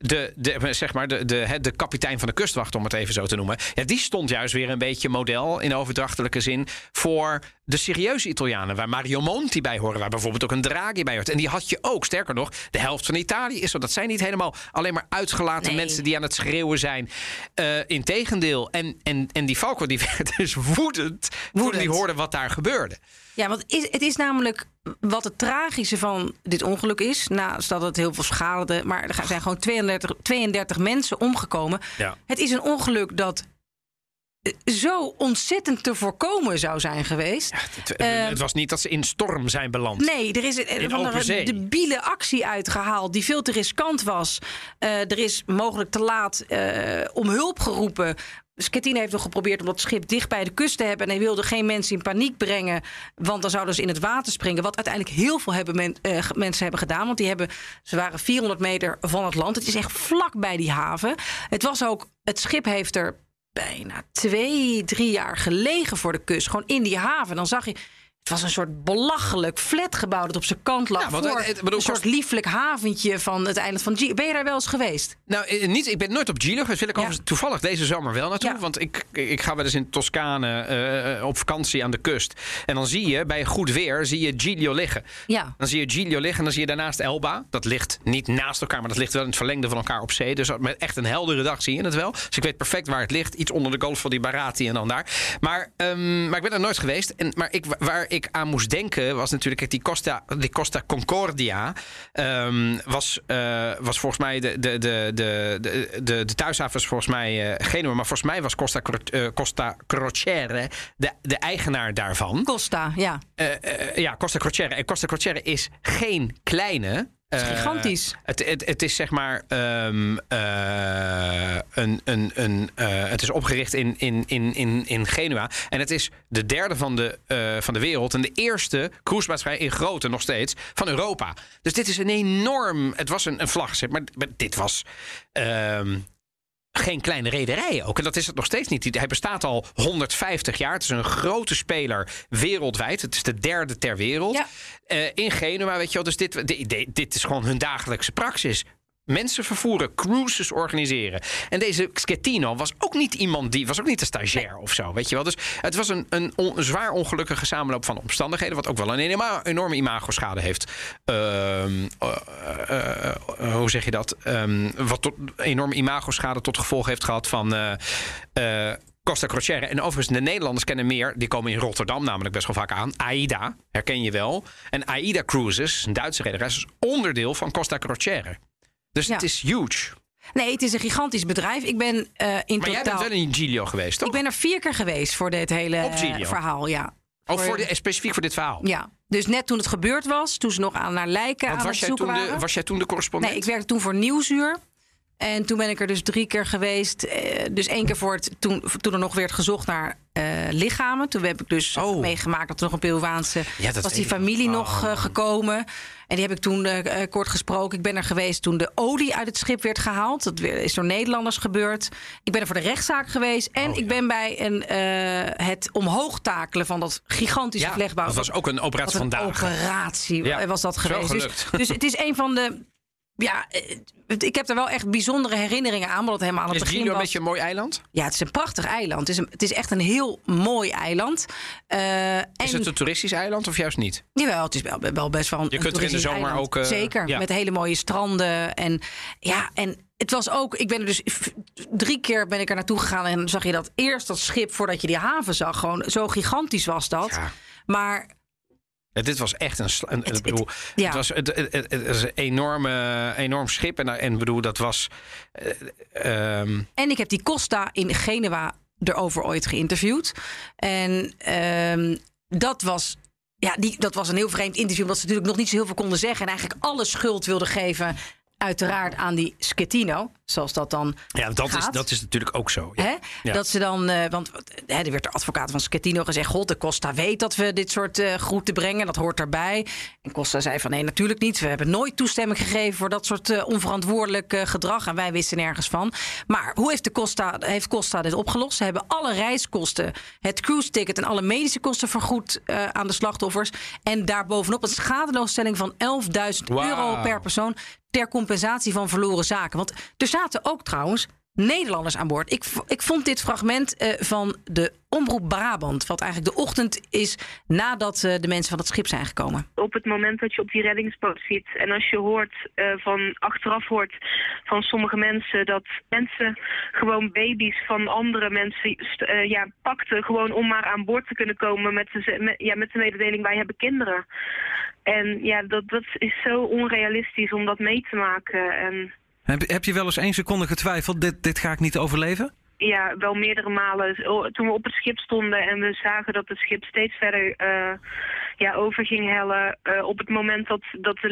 de kapitein van de kustwacht, om het even zo te noemen. Ja, die stond juist weer een beetje model in overdrachtelijke zin voor de serieuze Italianen, waar Mario Monti bij horen, waar bijvoorbeeld ook een Draghi bij hoort. En die had je ook, sterker nog, de helft van Italië is zo. Dat zijn niet helemaal alleen maar uitgelaten mensen die aan het schreeuwen zijn. Integendeel. En die Falco die werd dus woedend toen hij hoorde wat daar gebeurde. Ja, want het is namelijk wat het tragische van dit ongeluk is. Naast dat het heel veel schade, maar er zijn gewoon 32 mensen omgekomen. Ja. Het is een ongeluk dat zo ontzettend te voorkomen zou zijn geweest. Ja, het was niet dat ze in storm zijn beland. Nee, er is een debiele actie uitgehaald die veel te riskant was. Er is mogelijk te laat om hulp geroepen. Schettino heeft nog geprobeerd om dat schip dicht bij de kust te hebben. En hij wilde geen mensen in paniek brengen. Want dan zouden ze in het water springen. Wat uiteindelijk heel veel mensen hebben gedaan. Want ze waren 400 meter van het land. Het is echt vlak bij die haven. Het schip heeft er bijna 2-3 jaar gelegen voor de kust. Gewoon in die haven. Dan zag je... Het was een soort belachelijk flatgebouw dat op zijn kant lag. Een soort lieflijk haventje van het eiland van Giglio. Ben je daar wel eens geweest? Nou, niet. Ik ben nooit op Giglio geweest. Wil ik toevallig deze zomer wel naartoe. Ja. Want ik ga wel eens in Toscane op vakantie aan de kust. En dan zie je, bij goed weer, zie je Giglio liggen. Ja. Dan zie je Giglio liggen en dan zie je daarnaast Elba. Dat ligt niet naast elkaar, maar dat ligt wel in het verlengde van elkaar op zee. Dus met echt een heldere dag zie je het wel. Dus ik weet perfect waar het ligt. Iets onder de golf van die Barati en dan daar. Maar ik ben er nooit geweest. Waar ik aan moest denken was natuurlijk die Costa Concordia was volgens mij de thuishaven was volgens mij Genua, maar volgens mij was Costa Crociere de eigenaar daarvan. Costa, ja. Costa Crociere. En Costa Crociere is geen kleine. Het is gigantisch. Het is zeg maar het is opgericht in Genua. En het is de derde van de wereld. En de eerste cruisemaatschappij in grootte nog steeds van Europa. Dus dit is een enorm... Het was een vlaggenschip, maar dit was... geen kleine rederij ook. En dat is het nog steeds niet. Hij bestaat al 150 jaar. Het is een grote speler wereldwijd. Het is de derde ter wereld. Ja. In Genua, weet je wel. Dus dit is gewoon hun dagelijkse praxis. Mensen vervoeren, cruises organiseren. En deze Schettino was ook niet iemand was ook niet een stagiair of zo, weet je wel. Dus het was een zwaar ongelukkige samenloop van omstandigheden, wat ook wel een enorme imagoschade heeft. Hoe zeg je dat? Wat enorme imagoschade tot gevolg heeft gehad van Costa Crociere. En overigens, de Nederlanders kennen meer. Die komen in Rotterdam namelijk best wel vaak aan. AIDA, herken je wel. En AIDA Cruises, een Duitse rederij, is onderdeel van Costa Crociere. Dus het is huge. Nee, het is een gigantisch bedrijf. Ik ben Maar jij bent wel in Giglio geweest, toch? Ik ben er 4 keer geweest voor dit hele verhaal, ja. Specifiek voor dit verhaal? Ja. Dus net toen het gebeurd was, toen ze nog naar lijken aan het zoeken waren. Was jij toen de correspondent? Nee, ik werkte toen voor Nieuwsuur. En toen ben ik er dus 3 keer geweest. Dus 1 keer toen er nog werd gezocht naar lichamen. Toen heb ik dus meegemaakt dat er nog een Peruaanse... was die familie nog gekomen. En die heb ik toen kort gesproken. Ik ben er geweest toen de olie uit het schip werd gehaald. Dat is door Nederlanders gebeurd. Ik ben er voor de rechtszaak geweest. En ik ben bij het omhoog takelen van dat gigantische vlechtbouw. Dat was ook een operatie vandaag. Was dat geweest. Dus het is een van de... Ja, ik heb er wel echt bijzondere herinneringen aan. Want het helemaal aan het begin Giglio een beetje een mooi eiland? Ja, het is een prachtig eiland. Het is echt een heel mooi eiland. Is het een toeristisch eiland of juist niet? Jawel, het is wel best wel een Je kunt er in de zomer eiland. ook... Zeker, met hele mooie stranden. En het was ook... Ik ben er dus 3 keer ben ik er naartoe gegaan. En dan zag je dat schip voordat je die haven zag. Gewoon zo gigantisch was dat. Ja. Maar... Dit was echt het was een enorm schip. En bedoel, dat was... En ik heb die Costa in Genua erover ooit geïnterviewd. En dat was... Ja, dat was een heel vreemd interview, omdat ze natuurlijk nog niet zo heel veel konden zeggen. En eigenlijk alle schuld wilden geven, uiteraard, aan die Schettino. Zoals dat dan dat is natuurlijk ook zo. Ja. Ja. Dat ze dan, want er werd de advocaat van Schettino gezegd, god, de Costa weet dat we dit soort groeten brengen. Dat hoort daarbij. En Costa zei van, nee, natuurlijk niet. We hebben nooit toestemming gegeven voor dat soort onverantwoordelijk gedrag. En wij wisten nergens van. Maar hoe heeft Costa dit opgelost? Ze hebben alle reiskosten, het cruise ticket en alle medische kosten vergoed aan de slachtoffers. En daarbovenop een schadeloosstelling van €11.000 per persoon ter compensatie van verloren zaken. Want er zaten ook trouwens Nederlanders aan boord. Ik vond dit fragment van de Omroep Brabant, wat eigenlijk de ochtend is nadat de mensen van het schip zijn gekomen. Op het moment dat je op die reddingsboot zit en als je achteraf hoort van sommige mensen dat mensen gewoon baby's van andere mensen pakten gewoon om maar aan boord te kunnen komen met de mededeling, wij hebben kinderen. En ja, dat is zo onrealistisch om dat mee te maken. En heb je wel eens 1 seconde getwijfeld, dit ga ik niet overleven? Ja, wel meerdere malen. Toen we op het schip stonden en we zagen dat het schip steeds verder over ging hellen. Op het moment dat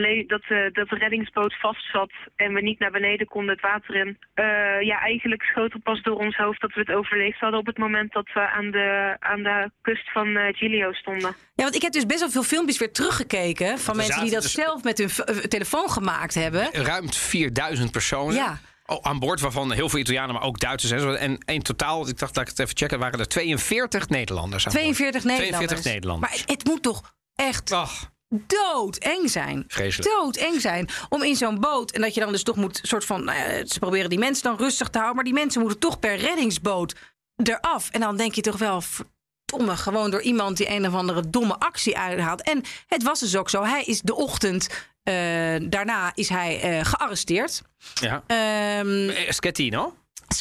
de reddingsboot vast zat en we niet naar beneden konden het water in. Eigenlijk schoot er pas door ons hoofd dat we het overleefd hadden op het moment dat we aan de kust van Giglio stonden. Ja, want ik heb dus best wel veel filmpjes weer teruggekeken van mensen die dat zelf met hun telefoon gemaakt hebben. Ruim 4000 personen. Ja. Aan boord, waarvan heel veel Italianen, maar ook Duitsers. En in totaal, ik dacht dat ik het even checken, waren er 42 Nederlanders aan 42 boord. Nederlanders. 42 Nederlanders. Maar het moet toch echt doodeng zijn. Vreselijk. Doodeng zijn om in zo'n boot, en dat je dan dus toch moet soort van, ze proberen die mensen dan rustig te houden, maar die mensen moeten toch per reddingsboot eraf. En dan denk je toch wel, verdomme, gewoon door iemand die een of andere domme actie uithaalt. En het was dus ook zo. Hij is de ochtend daarna is hij gearresteerd. Ja. Schettino.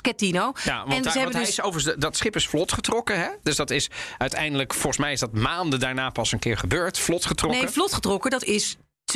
Ja, want dat schip is vlot getrokken. Hè? Dus dat is uiteindelijk, volgens mij is dat maanden daarna pas een keer gebeurd. Vlot getrokken. Nee, vlot getrokken, dat is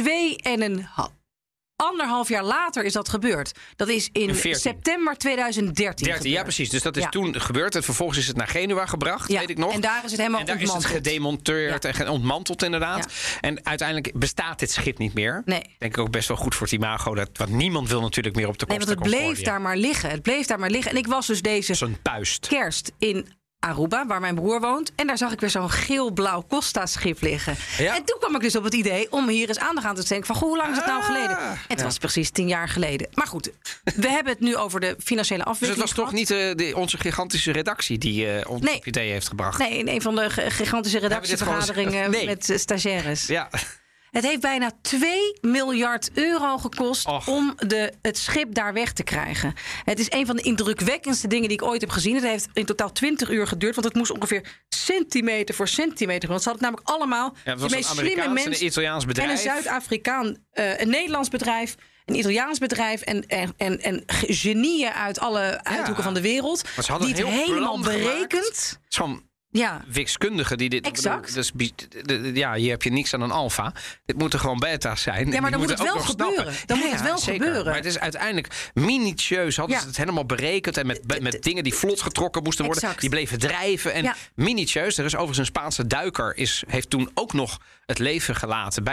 2,5 jaar later is dat gebeurd. Dat is in september 2013 gebeurd. Ja, precies. Dus dat is toen gebeurd. En vervolgens is het naar Genua gebracht, weet ik nog. En daar is het helemaal ontmanteld. Is het gedemonteerd en ontmanteld inderdaad. Ja. En uiteindelijk bestaat dit schip niet meer. Nee. Denk ik ook best wel goed voor het imago. Want niemand wil natuurlijk meer op de Costa Concordia. Want het bleef daar maar liggen. En ik was dus deze kerst in Aruba, waar mijn broer woont. En daar zag ik weer zo'n geel-blauw Costa-schip liggen. Ja? En toen kwam ik dus op het idee om hier eens aandacht aan te schenken van, hoe lang is het nou geleden? En het was precies 10 jaar geleden. Maar goed, we hebben het nu over de financiële afwikkeling. Dus het was toch niet onze gigantische redactie die ons op idee heeft gebracht? Nee, in een van de gigantische redactievergaderingen met stagiaires. Ja. Het heeft bijna €2 miljard gekost om het schip daar weg te krijgen. Het is een van de indrukwekkendste dingen die ik ooit heb gezien. Het heeft in totaal 20 uur geduurd, want het moest ongeveer centimeter voor centimeter. Want ze hadden namelijk allemaal de meest slimme mensen. Een Italiaans bedrijf. En een Zuid-Afrikaan, een Nederlands bedrijf, een Italiaans bedrijf en genieën uit alle uithoeken van de wereld. Die het helemaal berekend. Wiskundigen die dit. Exact. Hier heb je niks aan een alfa. Dit moeten gewoon beta's zijn. Ja, maar dan moet het wel gebeuren. Gebeuren. Maar het is uiteindelijk minutieus. Hadden ze het helemaal berekend. En met dingen die vlot getrokken moesten worden. Die bleven drijven. En minutieus. Er is overigens een Spaanse duiker. Heeft toen ook nog het leven gelaten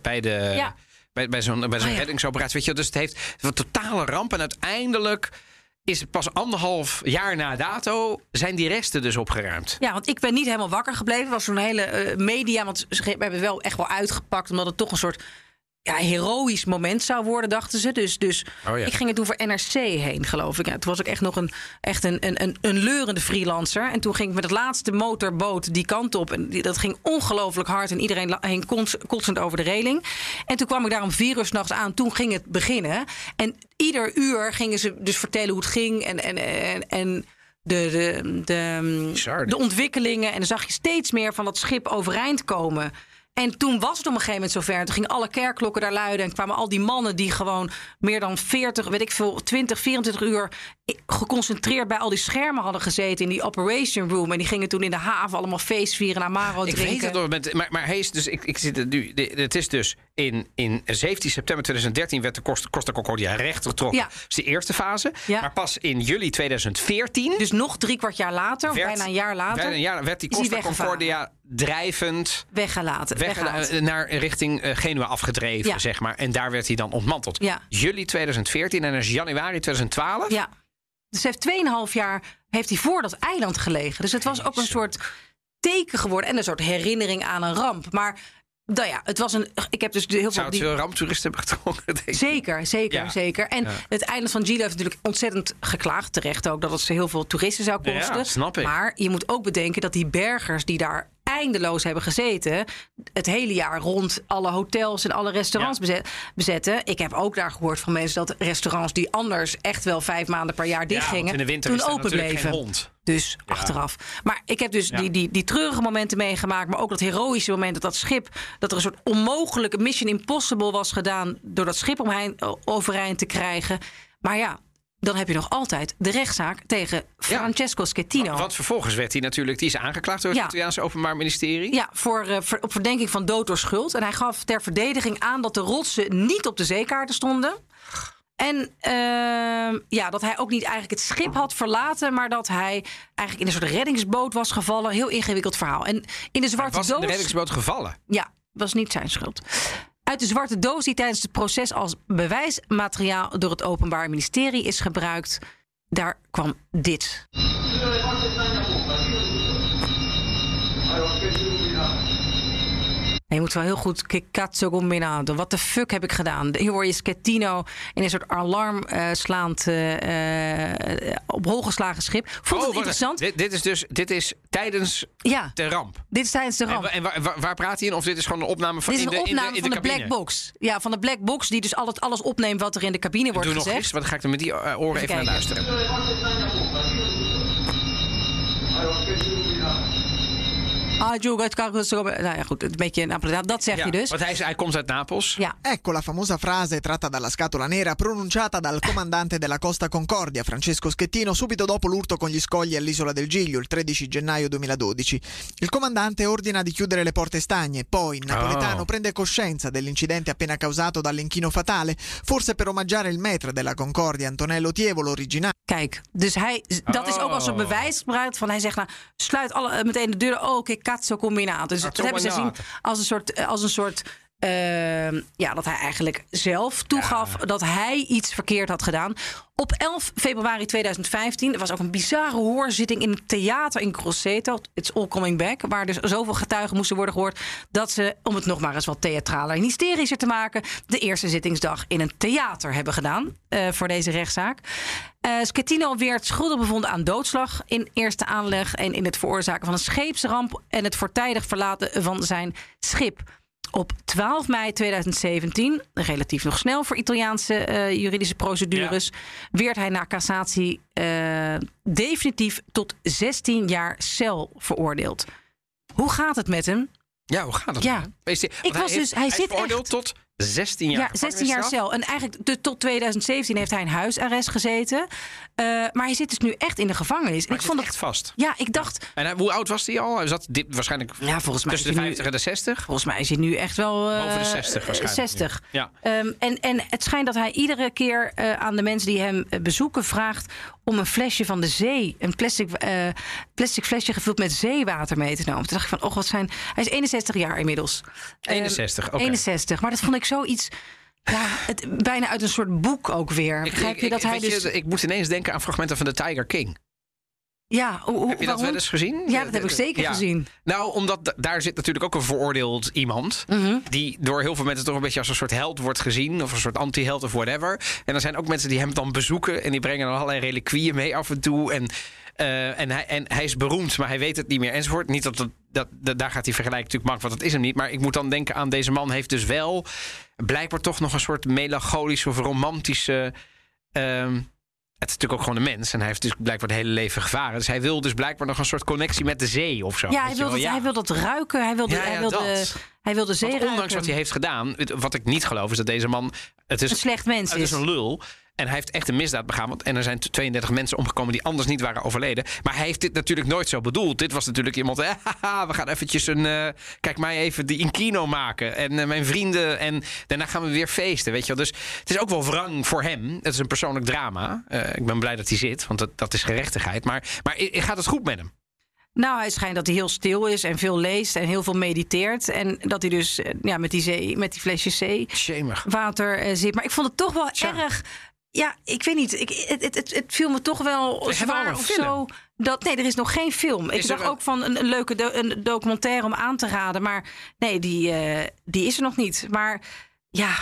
bij zo'n reddingsoperatie. Weet je, dus het heeft een totale ramp. En uiteindelijk is het pas 1,5 jaar na dato zijn die resten dus opgeruimd. Ja, want ik ben niet helemaal wakker gebleven. Het was zo'n hele media, want we hebben het wel echt wel uitgepakt, omdat het toch een soort heroïsch moment zou worden, dachten ze. Dus ik ging er toen voor NRC heen, geloof ik. Ja, toen was ik echt nog een leurende freelancer. En toen ging ik met het laatste motorboot die kant op. En dat ging ongelooflijk hard. En iedereen hing kotsend over de reling. En toen kwam ik daar om 4 uur 's nachts aan. Toen ging het beginnen. En ieder uur gingen ze dus vertellen hoe het ging. En de ontwikkelingen. En dan zag je steeds meer van dat schip overeind komen. En toen was het op een gegeven moment zover. Toen gingen alle kerkklokken daar luiden. En kwamen al die mannen die gewoon meer dan 20, 24 uur geconcentreerd bij al die schermen hadden gezeten in die operation room. En die gingen toen in de haven allemaal feest vieren, Amaro drinken. Ik weet het nog, maar hij is dus, ik zit het nu. Het is dus in 17 september 2013 werd de Costa Concordia rechtgetrokken. Ja. Dat is de eerste fase. Ja. Maar pas in juli 2014. Dus nog 3/4 jaar later, bijna een jaar later, werd die Costa Concordia drijvend weggelaten. naar richting Genua afgedreven, zeg maar. En daar werd hij dan ontmanteld. Ja. Juli 2014 en dan is januari 2012. Ja. Dus hij heeft 2,5 jaar heeft hij voor dat eiland gelegen. Dus het was ook een soort teken geworden en een soort herinnering aan een ramp. Maar nou ja, het was ik heb dus heel veel. Zou het veel ramptoeristen hebben getrokken? Zeker. En het eiland van Gili heeft natuurlijk ontzettend geklaagd, terecht ook, dat het ze heel veel toeristen zou kosten. Ja, snap ik. Maar je moet ook bedenken dat die bergers die daar eindeloos hebben gezeten, het hele jaar rond alle hotels en alle restaurants bezetten. Ik heb ook daar gehoord van mensen dat restaurants die anders echt wel 5 maanden per jaar dichtgingen, in de winter toen is er open natuurlijk bleven. geen hond. Dus achteraf. Maar ik heb dus die treurige momenten meegemaakt, maar ook dat heroïsche moment dat schip, dat er een soort onmogelijke Mission Impossible was gedaan door dat schip overeind te krijgen. Maar ja, dan heb je nog altijd de rechtszaak tegen Francesco Schettino. Want vervolgens werd hij natuurlijk, die is aangeklaagd door het Italiaanse Openbaar Ministerie. Ja, op verdenking van dood door schuld. En hij gaf ter verdediging aan dat de rotsen niet op de zeekaarten stonden. En dat hij ook niet eigenlijk het schip had verlaten, maar dat hij eigenlijk in een soort reddingsboot was gevallen. Heel ingewikkeld verhaal. En in de zwarte doos. Was in de reddingsboot gevallen? Ja, was niet zijn schuld. Uit de zwarte doos die tijdens het proces als bewijsmateriaal door het Openbaar Ministerie is gebruikt, daar kwam dit. En je moet wel heel goed cazzo combinato. Wat de fuck heb ik gedaan? Hier hoor je Schettino in een soort alarm slaand op hol geslagen schip. Vond het interessant? Dit is tijdens de ramp. Dit is tijdens de ramp. En waar praat hij in? Of dit is gewoon een opname van dit is een opname van de black box. Ja, van de black box die dus alles opneemt wat er in de cabine wordt gezegd. Doe nog eens, want dan ga ik er met die oren even naar luisteren. Nou ja, goed, een beetje Napoletano. Dat zeg je dus. Want hij komt uit Napels. Ja. Ecco la famosa frase tratta dalla scatola nera pronunciata dal comandante della Costa Concordia, Francesco Schettino, subito dopo l'urto con gli scogli all'isola del Giglio, il 13 gennaio 2012. Il comandante ordina di chiudere le porte stagne, poi Napoletano prende coscienza dell'incidente appena causato dall'inchino fatale, forse per omaggiare il maître della Concordia, Antonello Tievolo, originale. Kijk, dus dat is ook als een bewijs gebruikt van hij zegt, nou, sluit meteen de deuren. Oké, cazzo combinato. Dus dat hebben ze gezien als een soort dat hij eigenlijk zelf toegaf dat hij iets verkeerd had gedaan. Op 11 februari 2015 was ook een bizarre hoorzitting in het theater in Grosseto. It's all coming back. Waar dus zoveel getuigen moesten worden gehoord dat ze, om het nog maar eens wat theatraler en hysterischer te maken, de eerste zittingsdag in een theater hebben gedaan voor deze rechtszaak. Schettino werd schuldig bevonden aan doodslag in eerste aanleg en in het veroorzaken van een scheepsramp en het voortijdig verlaten van zijn schip. Op 12 mei 2017, relatief nog snel voor Italiaanse juridische procedures, werd hij na cassatie definitief tot 16 jaar cel veroordeeld. Hoe gaat het met hem? Ja, hoe gaat het met hem? Hij zit veroordeeld tot 16 jaar. Ja, 16 jaar cel. En eigenlijk tot 2017 heeft hij in huisarrest gezeten. Maar hij zit dus nu echt in de gevangenis. Maar ik vond het echt vast. Ja, ik dacht. En hoe oud was hij al? Hij zat waarschijnlijk volgens mij tussen de 50 en de 60. Volgens mij is hij nu echt wel boven de 60 waarschijnlijk. 60. Ja. En het schijnt dat hij iedere keer aan de mensen die hem bezoeken vraagt om een flesje van de zee, een plastic flesje gevuld met zeewater mee te nemen. Toen dacht ik van, hij is 61 jaar inmiddels. 61, oké. 61, maar dat vond ik zoiets. Ja, bijna uit een soort boek ook weer. Begrijp je dat hij dus. Ik moet ineens denken aan fragmenten van The Tiger King. Ja, heb je dat wel eens gezien? Ja, dat heb ik zeker gezien. Nou, omdat daar zit natuurlijk ook een veroordeeld iemand. Die door heel veel mensen toch een beetje als een soort held wordt gezien. Of een soort anti-held of whatever. En er zijn ook mensen die hem dan bezoeken. En die brengen dan allerlei reliquieën mee af en toe. En hij is beroemd, maar hij weet het niet meer enzovoort. Niet daar gaat hij vergelijken natuurlijk makkelijk, want dat is hem niet. Maar ik moet dan denken aan deze man heeft dus wel blijkbaar toch nog een soort melancholische of romantische het is natuurlijk ook gewoon een mens. En hij heeft dus blijkbaar het hele leven gevaren. Dus hij wil dus blijkbaar nog een soort connectie met de zee of zo. Ja, hij wil dat ruiken. Hij wil de zee ruiken. Ondanks wat hij heeft gedaan, wat ik niet geloof, is dat deze man... Het is een slecht mens is een lul. En hij heeft echt een misdaad begaan. En er zijn 32 mensen omgekomen die anders niet waren overleden. Maar hij heeft dit natuurlijk nooit zo bedoeld. Dit was natuurlijk iemand... we gaan eventjes kijk mij even die Inquino maken. En mijn vrienden. En daarna gaan we weer feesten. Weet je wel. Dus het is ook wel wrang voor hem. Het is een persoonlijk drama. Ik ben blij dat hij zit. Want dat is gerechtigheid. Maar gaat het goed met hem? Nou, hij schijnt dat hij heel stil is en veel leest en heel veel mediteert. En dat hij dus met die flesjes zeewater zit. Maar ik vond het toch wel erg... Ja, ik weet niet. Het viel me toch wel zwaar of zo. Nee, er is nog geen film. Ik dacht ook van een leuke een documentaire om aan te raden. Maar nee, die is er nog niet. Maar ja,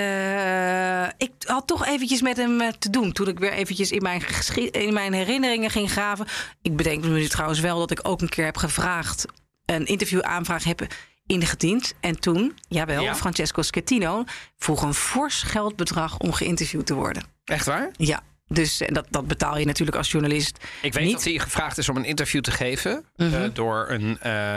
ik had toch eventjes met hem te doen. Toen ik weer eventjes in mijn herinneringen ging graven. Ik bedenk me nu trouwens wel dat ik ook een keer heb gevraagd... een interviewaanvraag heb ingediend. En toen, Francesco Schettino vroeg een fors geldbedrag om geïnterviewd te worden. Echt waar? Ja. Dus dat betaal je natuurlijk als journalist. Ik weet dat hij gevraagd is om een interview te geven door een...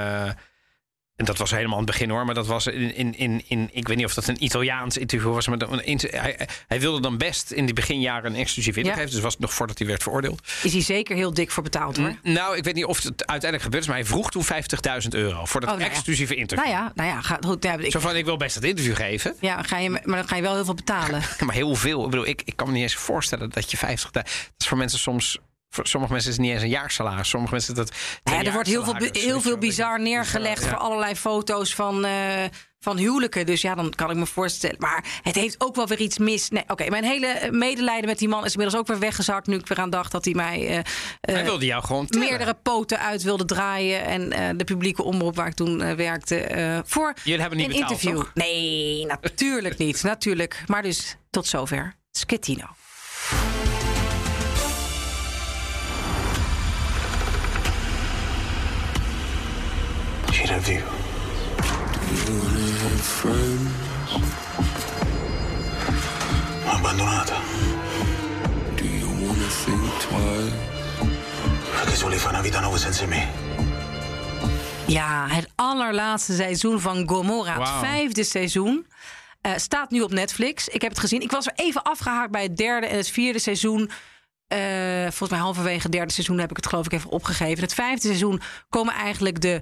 en dat was helemaal aan het begin hoor, maar dat was in ik weet niet of dat een Italiaans interview was, maar hij wilde dan best in die beginjaren een exclusief interview geven, dus was het nog voordat hij werd veroordeeld. Is hij zeker heel dik voor betaald hoor? Nou, ik weet niet of het uiteindelijk gebeurd is, maar hij vroeg toen €50.000 voor dat exclusieve interview. Nou ja, goed. Zo van, ik wil best dat interview geven. Ja, maar dan ga je wel heel veel betalen. Maar heel veel. Ik bedoel, ik kan me niet eens voorstellen dat je 50.000... Dat is voor mensen soms... Voor sommige mensen is het niet eens een jaarsalaris. Sommige mensen dat. Er wordt heel veel bizar neergelegd voor allerlei foto's van huwelijken. Dus ja, dan kan ik me voorstellen. Maar het heeft ook wel weer iets mis. Nee, oké, mijn hele medelijden met die man is inmiddels ook weer weggezakt. Nu ik weer aan dacht dat hij mij hij wilde jou gewoon meerdere poten uit wilde draaien. En de publieke omroep waar ik toen werkte voor jullie hebben niet een betaald, interview. Toch? Nee, natuurlijk niet. Natuurlijk. Maar dus tot zover. Schettino. Gira vivo. Abbandonata. Perché solo fare una vita nuova senza me. Ja, het allerlaatste seizoen van Gomorra. Wow. Het 5e seizoen. Staat nu op Netflix. Ik heb het gezien. Ik was er even afgehaakt bij het 3e en het 4e seizoen. Volgens mij halverwege het 3e seizoen heb ik het geloof ik even opgegeven. Het 5e seizoen komen eigenlijk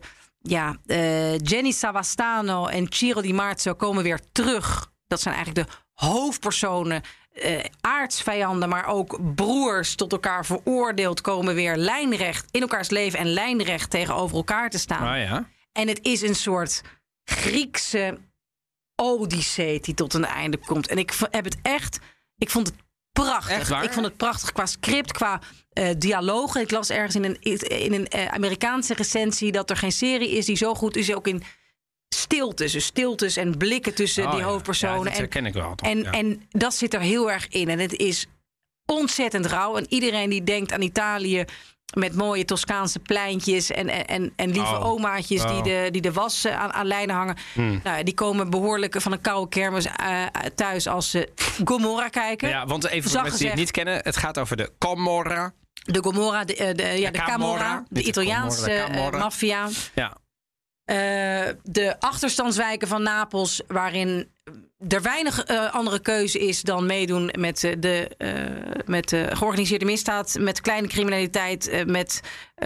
Jenny Savastano en Ciro Di Marzo komen weer terug. Dat zijn eigenlijk de hoofdpersonen. Aardsvijanden, maar ook broers tot elkaar veroordeeld... komen weer lijnrecht in elkaars leven en lijnrecht tegenover elkaar te staan. Ah, ja. En het is een soort Griekse odyssee die tot een einde komt. En ik vond het prachtig. Echt waar? Ik vond het prachtig qua script, qua dialogen. Ik las ergens in een Amerikaanse recensie dat er geen serie is die zo goed is, ook in stiltes en blikken tussen die hoofdpersonen. Ja, dat herken ik wel. En dat zit er heel erg in. En het is ontzettend rauw. En iedereen die denkt aan Italië met mooie Toscaanse pleintjes en lieve omaatjes die de was aan lijnen hangen. Nou, die komen behoorlijk van een koude kermis thuis als ze Gomorra kijken. Ja, want even voor mensen die het niet kennen, het gaat over de Camorra. De Gomorra, de Camorra, de Italiaanse maffia. Ja. De achterstandswijken van Napels, waarin er weinig andere keuze is dan meedoen met de georganiseerde misdaad, met kleine criminaliteit, met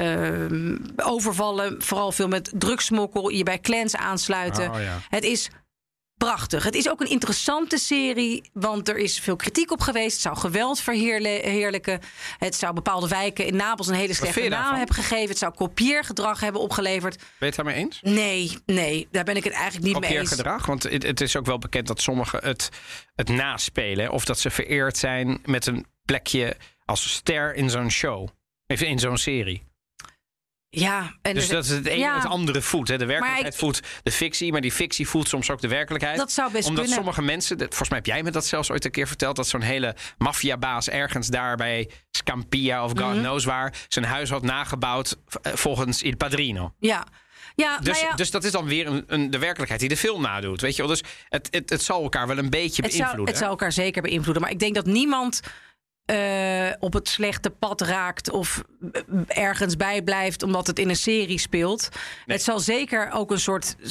overvallen, vooral veel met drugsmokkel, je bij clans aansluiten. Het is prachtig. Het is ook een interessante serie, want er is veel kritiek op geweest. Het zou geweld verheerlijken. Het zou bepaalde wijken in Napels een hele slechte naam hebben gegeven. Het zou kopieergedrag hebben opgeleverd. Ben je het daarmee eens? Nee, daar ben ik het eigenlijk niet mee eens. Kopieergedrag? Want het is ook wel bekend dat sommigen het naspelen, of dat ze vereerd zijn met een plekje als ster in zo'n show. Even in zo'n serie. Ja, en dus dat is het ene het andere voedt. De werkelijkheid voedt de fictie, maar die fictie voedt soms ook de werkelijkheid. Dat zou best Omdat kunnen. Sommige mensen, volgens mij heb jij me dat zelfs ooit een keer verteld, dat zo'n hele maffiabaas ergens daar bij Scampia of God knows waar zijn huis had nagebouwd volgens Il Padrino. Ja. Dus dat is dan weer de werkelijkheid die de film nadoet. Weet je wel? Dus het zal elkaar wel een beetje beïnvloeden. Het zal elkaar zeker beïnvloeden. Maar ik denk dat niemand op het slechte pad raakt of ergens bijblijft omdat het in een serie speelt. Nee. Het zal zeker ook een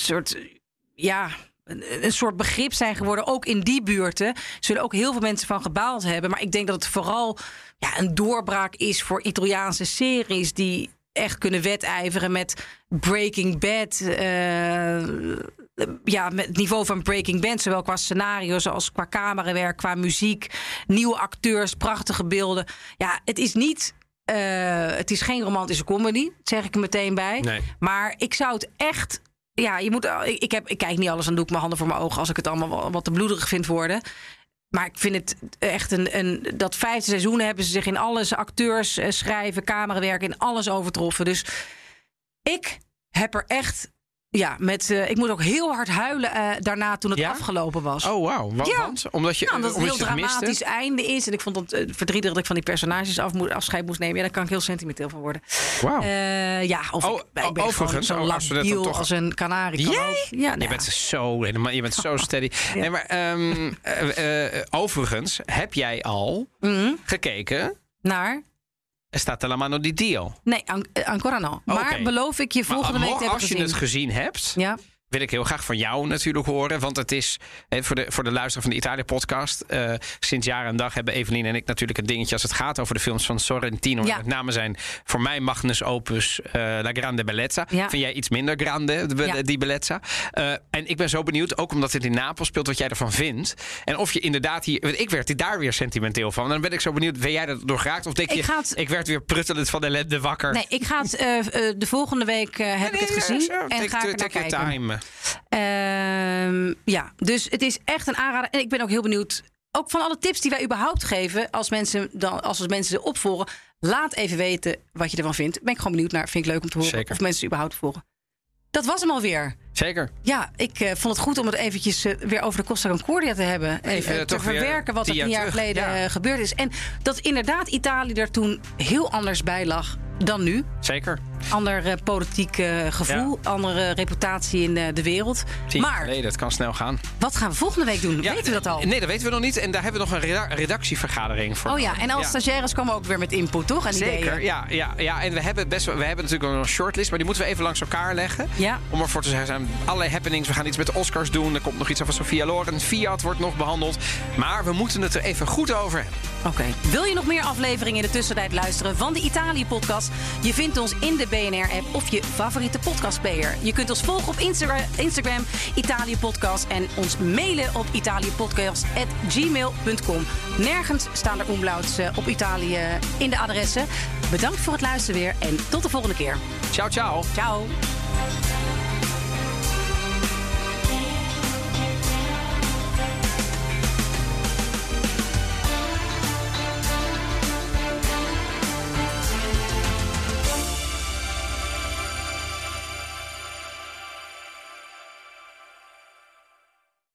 soort begrip zijn geworden, ook in die buurten. Er zullen ook heel veel mensen van gebaald hebben. Maar ik denk dat het vooral een doorbraak is voor Italiaanse series die echt kunnen wedijveren met Breaking Bad. Met het niveau van Breaking Bad, zowel qua scenario's als qua camerawerk, qua muziek, nieuwe acteurs, prachtige beelden. Ja, het is niet. Het is geen romantische comedy, zeg ik er meteen bij. Nee. Maar ik zou het echt. Ja, ik kijk niet alles, dan doe ik mijn handen voor mijn ogen als ik het allemaal wat te bloederig vind worden. Maar ik vind het echt dat 5e seizoen hebben ze zich in alles, acteurs, schrijven, camerawerk, in alles overtroffen. Dus ik heb er echt. Ja, ik moet ook heel hard huilen daarna toen het afgelopen was. Oh, wauw. Want? Omdat je omdat het een heel dramatisch einde is. En ik vond het verdrietig dat ik van die personages afscheid moest nemen. Ja, daar kan ik heel sentimenteel van worden. Wauw. Ik ben overigens zo labiel als een kanarie. Je bent zo steady. Ja. Nee, maar overigens heb jij al gekeken naar... Staat la mano di Dio? Nee, ancora no. Maar beloof ik je volgende week te hebben gezien. Als je het gezien hebt, wil ik heel graag van jou natuurlijk horen. Want het is voor de luisteraar van de Italië-podcast. Sinds jaar en dag hebben Evelien en ik natuurlijk een dingetje als het gaat over de films van Sorrentino. Ja. Met name zijn voor mij magnus opus La Grande Bellezza. Ja. Vind jij iets minder grande, die Bellezza? En ik ben zo benieuwd, ook omdat het in Napels speelt, wat jij ervan vindt. En of je inderdaad ik werd daar weer sentimenteel van. En dan ben ik zo benieuwd, ben jij er door geraakt? Of denk ik werd weer pruttelend van de ellende wakker? Nee, ik ga het de volgende week heb ik het gezien. En ga ik er naar kijken. Dus het is echt een aanrader. En ik ben ook heel benieuwd, ook van alle tips die wij überhaupt geven, als mensen ze opvolgen, laat even weten wat je ervan vindt. Ben ik gewoon benieuwd naar. Vind ik leuk om te horen. Zeker. Of mensen ze überhaupt volgen. Dat was hem alweer. Zeker. Ja, ik vond het goed om het eventjes weer over de Costa Concordia te hebben. Even te verwerken wat er 10 jaar geleden gebeurd is. En dat inderdaad Italië er toen heel anders bij lag dan nu. Zeker. Ander politiek gevoel, andere reputatie in de wereld. Nee, dat kan snel gaan. Wat gaan we volgende week doen? Weten we dat al? Nee, dat weten we nog niet. En daar hebben we nog een redactievergadering voor. Oh ja, en als stagiaires komen we ook weer met input, toch? En zeker, ideeën. ja. En we hebben natuurlijk nog een shortlist, maar die moeten we even langs elkaar leggen. Ja. Om ervoor te zeggen, er zijn allerlei happenings. We gaan iets met de Oscars doen. Er komt nog iets over Sophia Loren. Fiat wordt nog behandeld. Maar we moeten het er even goed over hebben. Oké. Wil je nog meer afleveringen in de tussentijd luisteren van de Italië-podcast? Je vindt ons in de BNR-app of je favoriete podcastplayer. Je kunt ons volgen op Instagram Italië-podcast en ons mailen op italiëpodcast@gmail.com. Nergens staan er omlauts op Italië in de adressen. Bedankt voor het luisteren weer en tot de volgende keer. Ciao, ciao. Ciao.